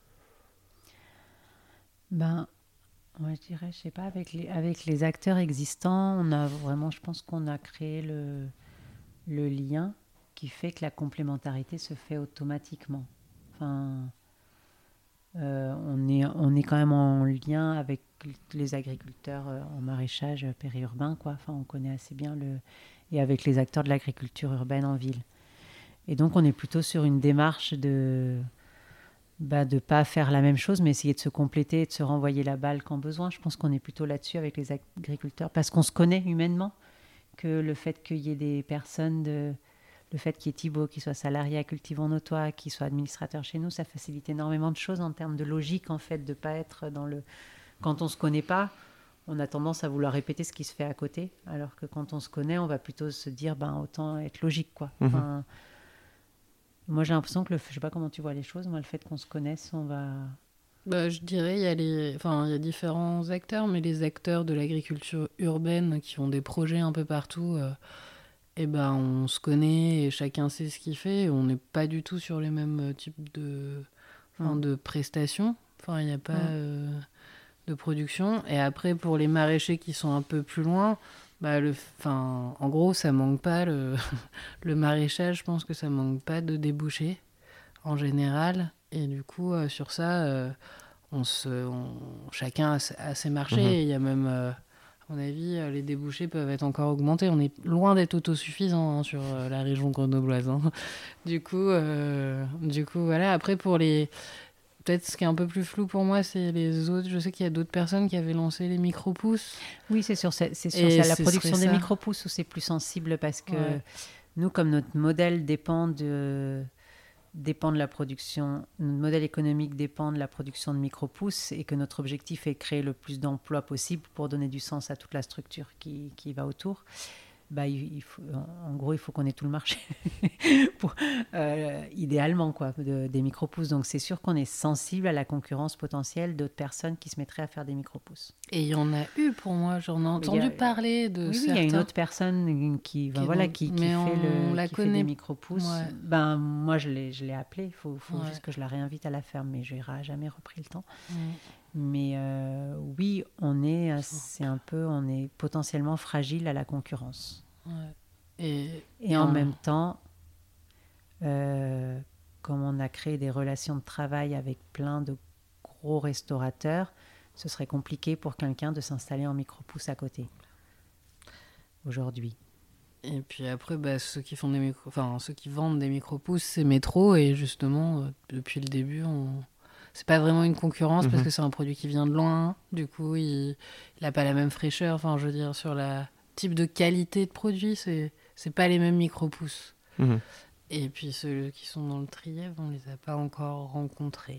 Ben... Moi, je dirais, je sais pas, avec les, avec les acteurs existants, on a vraiment, je pense qu'on a créé le, le lien qui fait que la complémentarité se fait automatiquement. Enfin, euh, on, est, on est quand même en lien avec les agriculteurs en maraîchage périurbain, quoi. Enfin, on connaît assez bien le... Et avec les acteurs de l'agriculture urbaine en ville. Et donc, on est plutôt sur une démarche de... Bah, de ne pas faire la même chose, mais essayer de se compléter et de se renvoyer la balle quand besoin. Je pense qu'on est plutôt là-dessus avec les agriculteurs, parce qu'on se connaît humainement, que le fait qu'il y ait des personnes, de, le fait qu'il y ait Thibaut qui soit salarié à Cultivons nos Toits, qui soit administrateur chez nous, ça facilite énormément de choses en termes de logique, en fait, de ne pas être dans le... Quand on ne se connaît pas, on a tendance à vouloir répéter ce qui se fait à côté, alors que quand on se connaît, on va plutôt se dire, ben, autant être logique, quoi. Mmh. Enfin, moi, j'ai l'impression que, le, je ne sais pas comment tu vois les choses, moi, le fait qu'on se connaisse, on va... Bah, je dirais, il y a les, enfin, il y a différents acteurs, mais les acteurs de l'agriculture urbaine qui ont des projets un peu partout, euh, et ben, on se connaît et chacun sait ce qu'il fait. On n'est pas du tout sur les mêmes types de, enfin, mmh. de prestations. Enfin, il n'y a pas mmh. euh, de production. Et après, pour les maraîchers qui sont un peu plus loin... Bah le, en gros, ça manque pas le, le maraîchage, je pense que ça manque pas de débouchés en général. Et du coup, euh, sur ça, euh, on se, on, chacun a, a ses marchés. Mmh. Et il y a même, euh, à mon avis, les débouchés peuvent être encore augmentés. On est loin d'être autosuffisant hein, sur euh, la région grenobloise. Hein. Du coup, euh, du coup, voilà. Après, pour les... Peut-être ce qui est un peu plus flou pour moi, c'est les autres. Je sais qu'il y a d'autres personnes qui avaient lancé les micro-pousses. Oui, c'est sur, c'est sur ça, la production des micro-pousses où c'est plus sensible parce que ouais. nous, comme notre modèle dépend de, dépend de la production, notre modèle économique dépend de la production de micro-pousses et que notre objectif est de créer le plus d'emplois possible pour donner du sens à toute la structure qui, qui va autour. Bah, il, il faut, en gros, il faut qu'on ait tout le marché, pour, euh, idéalement, quoi, de, des micro-pousses. Donc, c'est sûr qu'on est sensible à la concurrence potentielle d'autres personnes qui se mettraient à faire des micro-pousses. Et il y en a eu pour moi, j'en ai entendu a, parler de oui, certains. Oui, il y a une autre personne qui, ben, qui, voilà, qui, qui, fait, le, la qui fait des micro-pousses. Ouais. Ben, moi, je l'ai, je l'ai appelée. Il faut, faut ouais. juste que je la réinvite à la ferme, mais je n'ai jamais repris le temps. Ouais. Mais euh, oui, on est, c'est un peu, on est potentiellement fragile à la concurrence. Ouais. Et, et en euh... même temps, euh, comme on a créé des relations de travail avec plein de gros restaurateurs, ce serait compliqué pour quelqu'un de s'installer en micro-pousse à côté aujourd'hui. Et puis après, bah, ceux qui font des micro, enfin ceux qui vendent des micro-pousses, c'est Métro, et justement, euh, depuis le début, on c'est pas vraiment une concurrence mmh. parce que c'est un produit qui vient de loin. Du coup, il n'a pas la même fraîcheur. Enfin, je veux dire, sur le type de qualité de produit, c'est, c'est pas les mêmes micro-pousses. Mmh. Et puis, ceux qui sont dans le Trièvre, on les a pas encore rencontrés.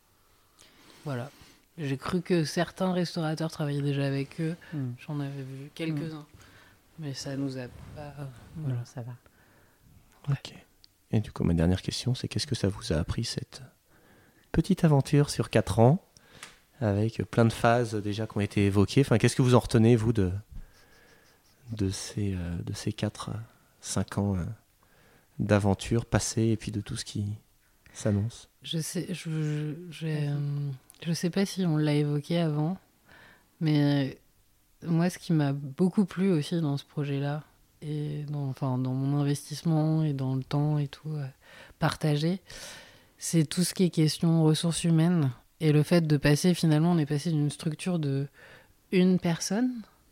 Voilà. J'ai cru que certains restaurateurs travaillaient déjà avec eux. Mmh. J'en avais vu quelques-uns. Mmh. Mais ça nous a pas... Voilà, non, ça va. Ok. Et du coup, ma dernière question, c'est qu'est-ce que ça vous a appris, cette... petite aventure sur quatre ans, avec plein de phases déjà qui ont été évoquées. Enfin, qu'est-ce que vous en retenez, vous, de, de, ces, euh, de ces quatre cinq ans euh, d'aventure passée et puis de tout ce qui s'annonce? Je sais, je, je, je, euh, je sais pas si on l'a évoqué avant, mais euh, moi, ce qui m'a beaucoup plu aussi dans ce projet-là, et dans, enfin, dans mon investissement et dans le temps et tout euh, partagé, c'est tout ce qui est question ressources humaines et le fait de passer, finalement, on est passé d'une structure de une personne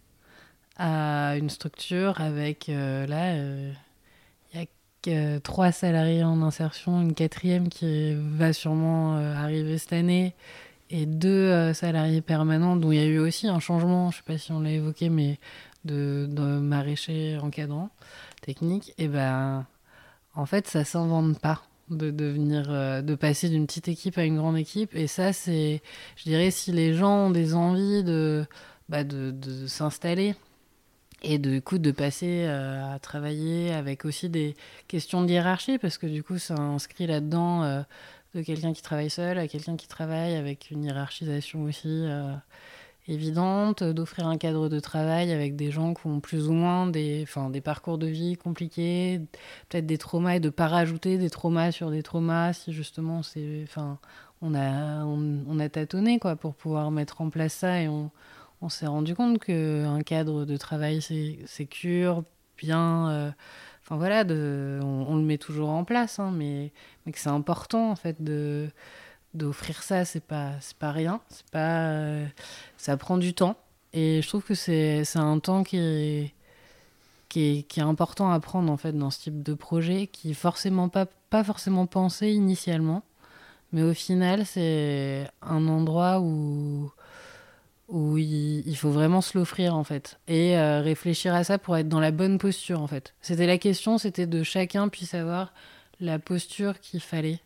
à une structure avec, euh, là, il euh, y a que, euh, trois salariés en insertion, une quatrième qui va sûrement euh, arriver cette année, et deux euh, salariés permanents, dont il y a eu aussi un changement, je ne sais pas si on l'a évoqué, mais de, de maraîcher encadrant technique. Et ben, en fait, ça ne s'invente pas de devenir, euh, de passer d'une petite équipe à une grande équipe. Et ça, c'est, je dirais, si les gens ont des envies de, bah, de, de s'installer et de, du coup, de passer euh, à travailler avec aussi des questions de hiérarchie, parce que du coup, ça inscrit là-dedans euh, de quelqu'un qui travaille seul à quelqu'un qui travaille avec une hiérarchisation aussi euh, évidente, d'offrir un cadre de travail avec des gens qui ont plus ou moins des, enfin, des parcours de vie compliqués, peut-être des traumas, et de ne pas rajouter des traumas sur des traumas si justement c'est, enfin, on a, on, on a tâtonné quoi, pour pouvoir mettre en place ça, et on, on s'est rendu compte qu'un cadre de travail c'est sécure, bien... Euh, enfin voilà, de, on, on le met toujours en place, hein, mais, mais que c'est important en fait de... d'offrir ça, c'est pas, c'est pas rien, c'est pas, euh, ça prend du temps, et je trouve que c'est, c'est un temps qui est, qui, est, qui est important à prendre en fait dans ce type de projet, qui est forcément pas, pas forcément pensé initialement, mais au final c'est un endroit où, où il, il faut vraiment se l'offrir en fait, et euh, réfléchir à ça pour être dans la bonne posture en fait. C'était la question, c'était de chacun puisse avoir la posture qu'il fallait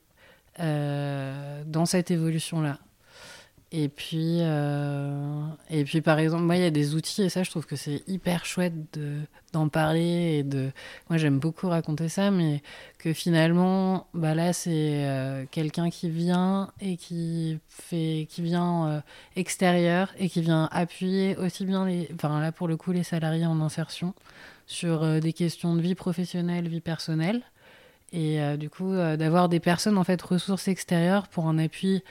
Euh, dans cette évolution-là. Et puis, euh, et puis, par exemple, moi, il y a des outils, et ça, je trouve que c'est hyper chouette de, d'en parler. Et de... Moi, j'aime beaucoup raconter ça, mais que finalement, bah là, c'est euh, quelqu'un qui vient et qui, fait, qui vient euh, extérieur et qui vient appuyer aussi bien, les, enfin, là, pour le coup, les salariés en insertion sur euh, des questions de vie professionnelle, vie personnelle. Et euh, du coup, euh, d'avoir des personnes, en fait, ressources extérieures pour un appui,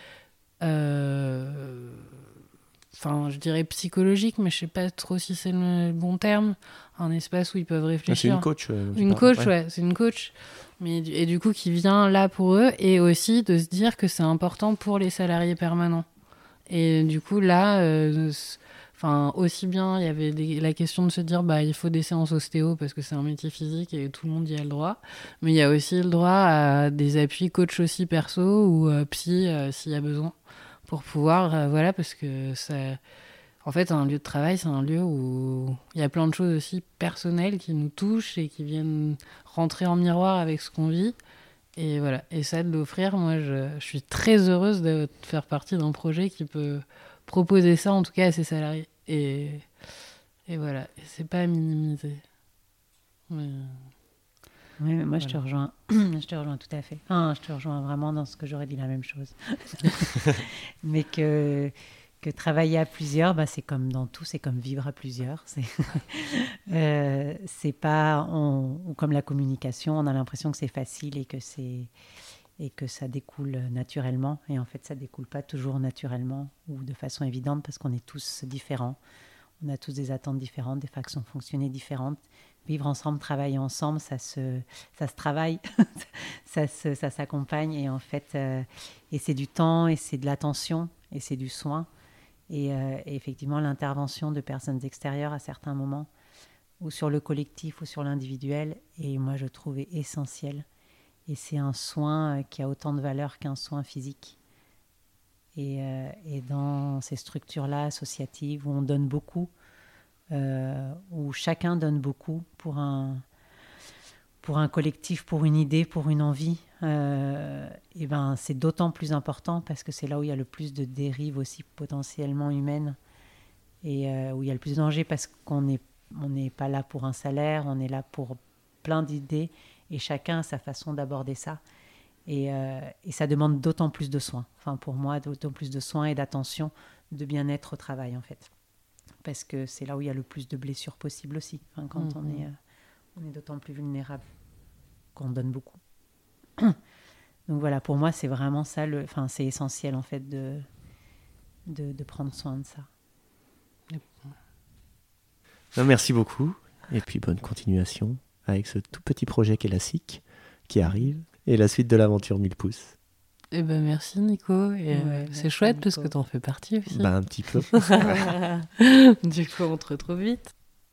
euh, enfin, je dirais psychologique, mais je sais pas trop si c'est le bon terme, un espace où ils peuvent réfléchir. Ah, c'est une coach. Euh, une coach, ouais. ouais, c'est une coach. Mais, et du coup, qui vient là pour eux, et aussi de se dire que c'est important pour les salariés permanents. Et du coup, là... Euh, Enfin, aussi bien, il y avait des, la question de se dire bah, il faut des séances ostéo parce que c'est un métier physique et tout le monde y a le droit. Mais il y a aussi le droit à des appuis coach aussi perso ou euh, psy euh, s'il y a besoin pour pouvoir, euh, voilà, parce que ça... En fait, un lieu de travail, c'est un lieu où il y a plein de choses aussi personnelles qui nous touchent et qui viennent rentrer en miroir avec ce qu'on vit. Et voilà, et ça, de l'offrir, moi, je, je suis très heureuse de faire partie d'un projet qui peut... proposer ça en tout cas à ses salariés, et, et voilà, et c'est pas à minimiser, mais... Oui, mais moi voilà. je te rejoins je te rejoins tout à fait, enfin, je te rejoins vraiment dans ce que j'aurais dit la même chose. Mais que, que travailler à plusieurs, bah, c'est comme dans tout, c'est comme vivre à plusieurs, c'est, euh, c'est pas on, ou comme la communication, on a l'impression que c'est facile et que c'est et que ça découle naturellement. Et en fait, ça ne découle pas toujours naturellement ou de façon évidente parce qu'on est tous différents. On a tous des attentes différentes, des façons de fonctionner différentes. Vivre ensemble, travailler ensemble, ça se, ça se travaille, ça, se, ça s'accompagne. Et en fait, euh, et c'est du temps, et c'est de l'attention, et c'est du soin. Et, euh, et effectivement, l'intervention de personnes extérieures à certains moments, ou sur le collectif, ou sur l'individuel, et moi, je trouvais essentiel. Et c'est un soin qui a autant de valeur qu'un soin physique. Et, euh, et dans ces structures-là associatives où on donne beaucoup, euh, où chacun donne beaucoup pour un, pour un collectif, pour une idée, pour une envie, euh, et ben, c'est d'autant plus important parce que c'est là où il y a le plus de dérives aussi potentiellement humaines et euh, où il y a le plus de danger parce qu'on n'est on n'est pas là pour un salaire, on est là pour plein d'idées. Et chacun a sa façon d'aborder ça. Et, euh, et ça demande d'autant plus de soins. Enfin, pour moi, d'autant plus de soins et d'attention, de bien-être au travail, en fait. Parce que c'est là où il y a le plus de blessures possibles aussi, enfin, quand mmh. on est euh, On est d'autant plus vulnérable qu'on donne beaucoup. Donc voilà, pour moi, c'est vraiment ça, le, enfin, c'est essentiel en fait de, de, de prendre soin de ça. Non, merci beaucoup. Et puis bonne continuation avec ce tout petit projet qu'est la S I C qui arrive et la suite de l'aventure mille pouces. Eh ben merci Nico. Et Ouais, euh, merci c'est chouette Nico. parce que t'en fais partie aussi. Bah un petit peu. Du coup, on te retrouve vite.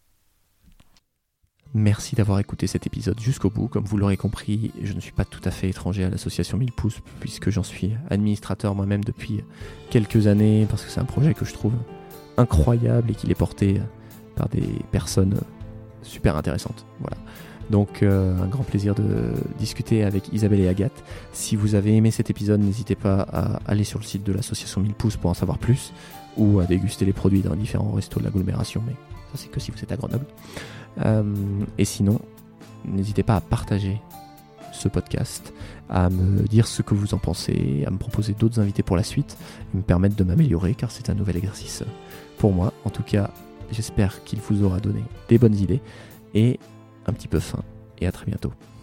Merci d'avoir écouté cet épisode jusqu'au bout. Comme vous l'aurez compris, je ne suis pas tout à fait étranger à l'association mille pouces puisque j'en suis administrateur moi-même depuis quelques années parce que c'est un projet que je trouve incroyable et qu'il est porté par des personnes super intéressantes. Voilà. Donc euh, un grand plaisir de discuter avec Isabelle et Agathe. Si vous avez aimé cet épisode, n'hésitez pas à aller sur le site de l'association mille pouces pour en savoir plus ou à déguster les produits dans différents restos de l'agglomération, mais ça c'est que si vous êtes à Grenoble. Euh, et sinon, n'hésitez pas à partager ce podcast, à me dire ce que vous en pensez, à me proposer d'autres invités pour la suite et me permettre de m'améliorer car c'est un nouvel exercice pour moi. En tout cas, j'espère qu'il vous aura donné des bonnes idées et un petit peu faim. Et à très bientôt.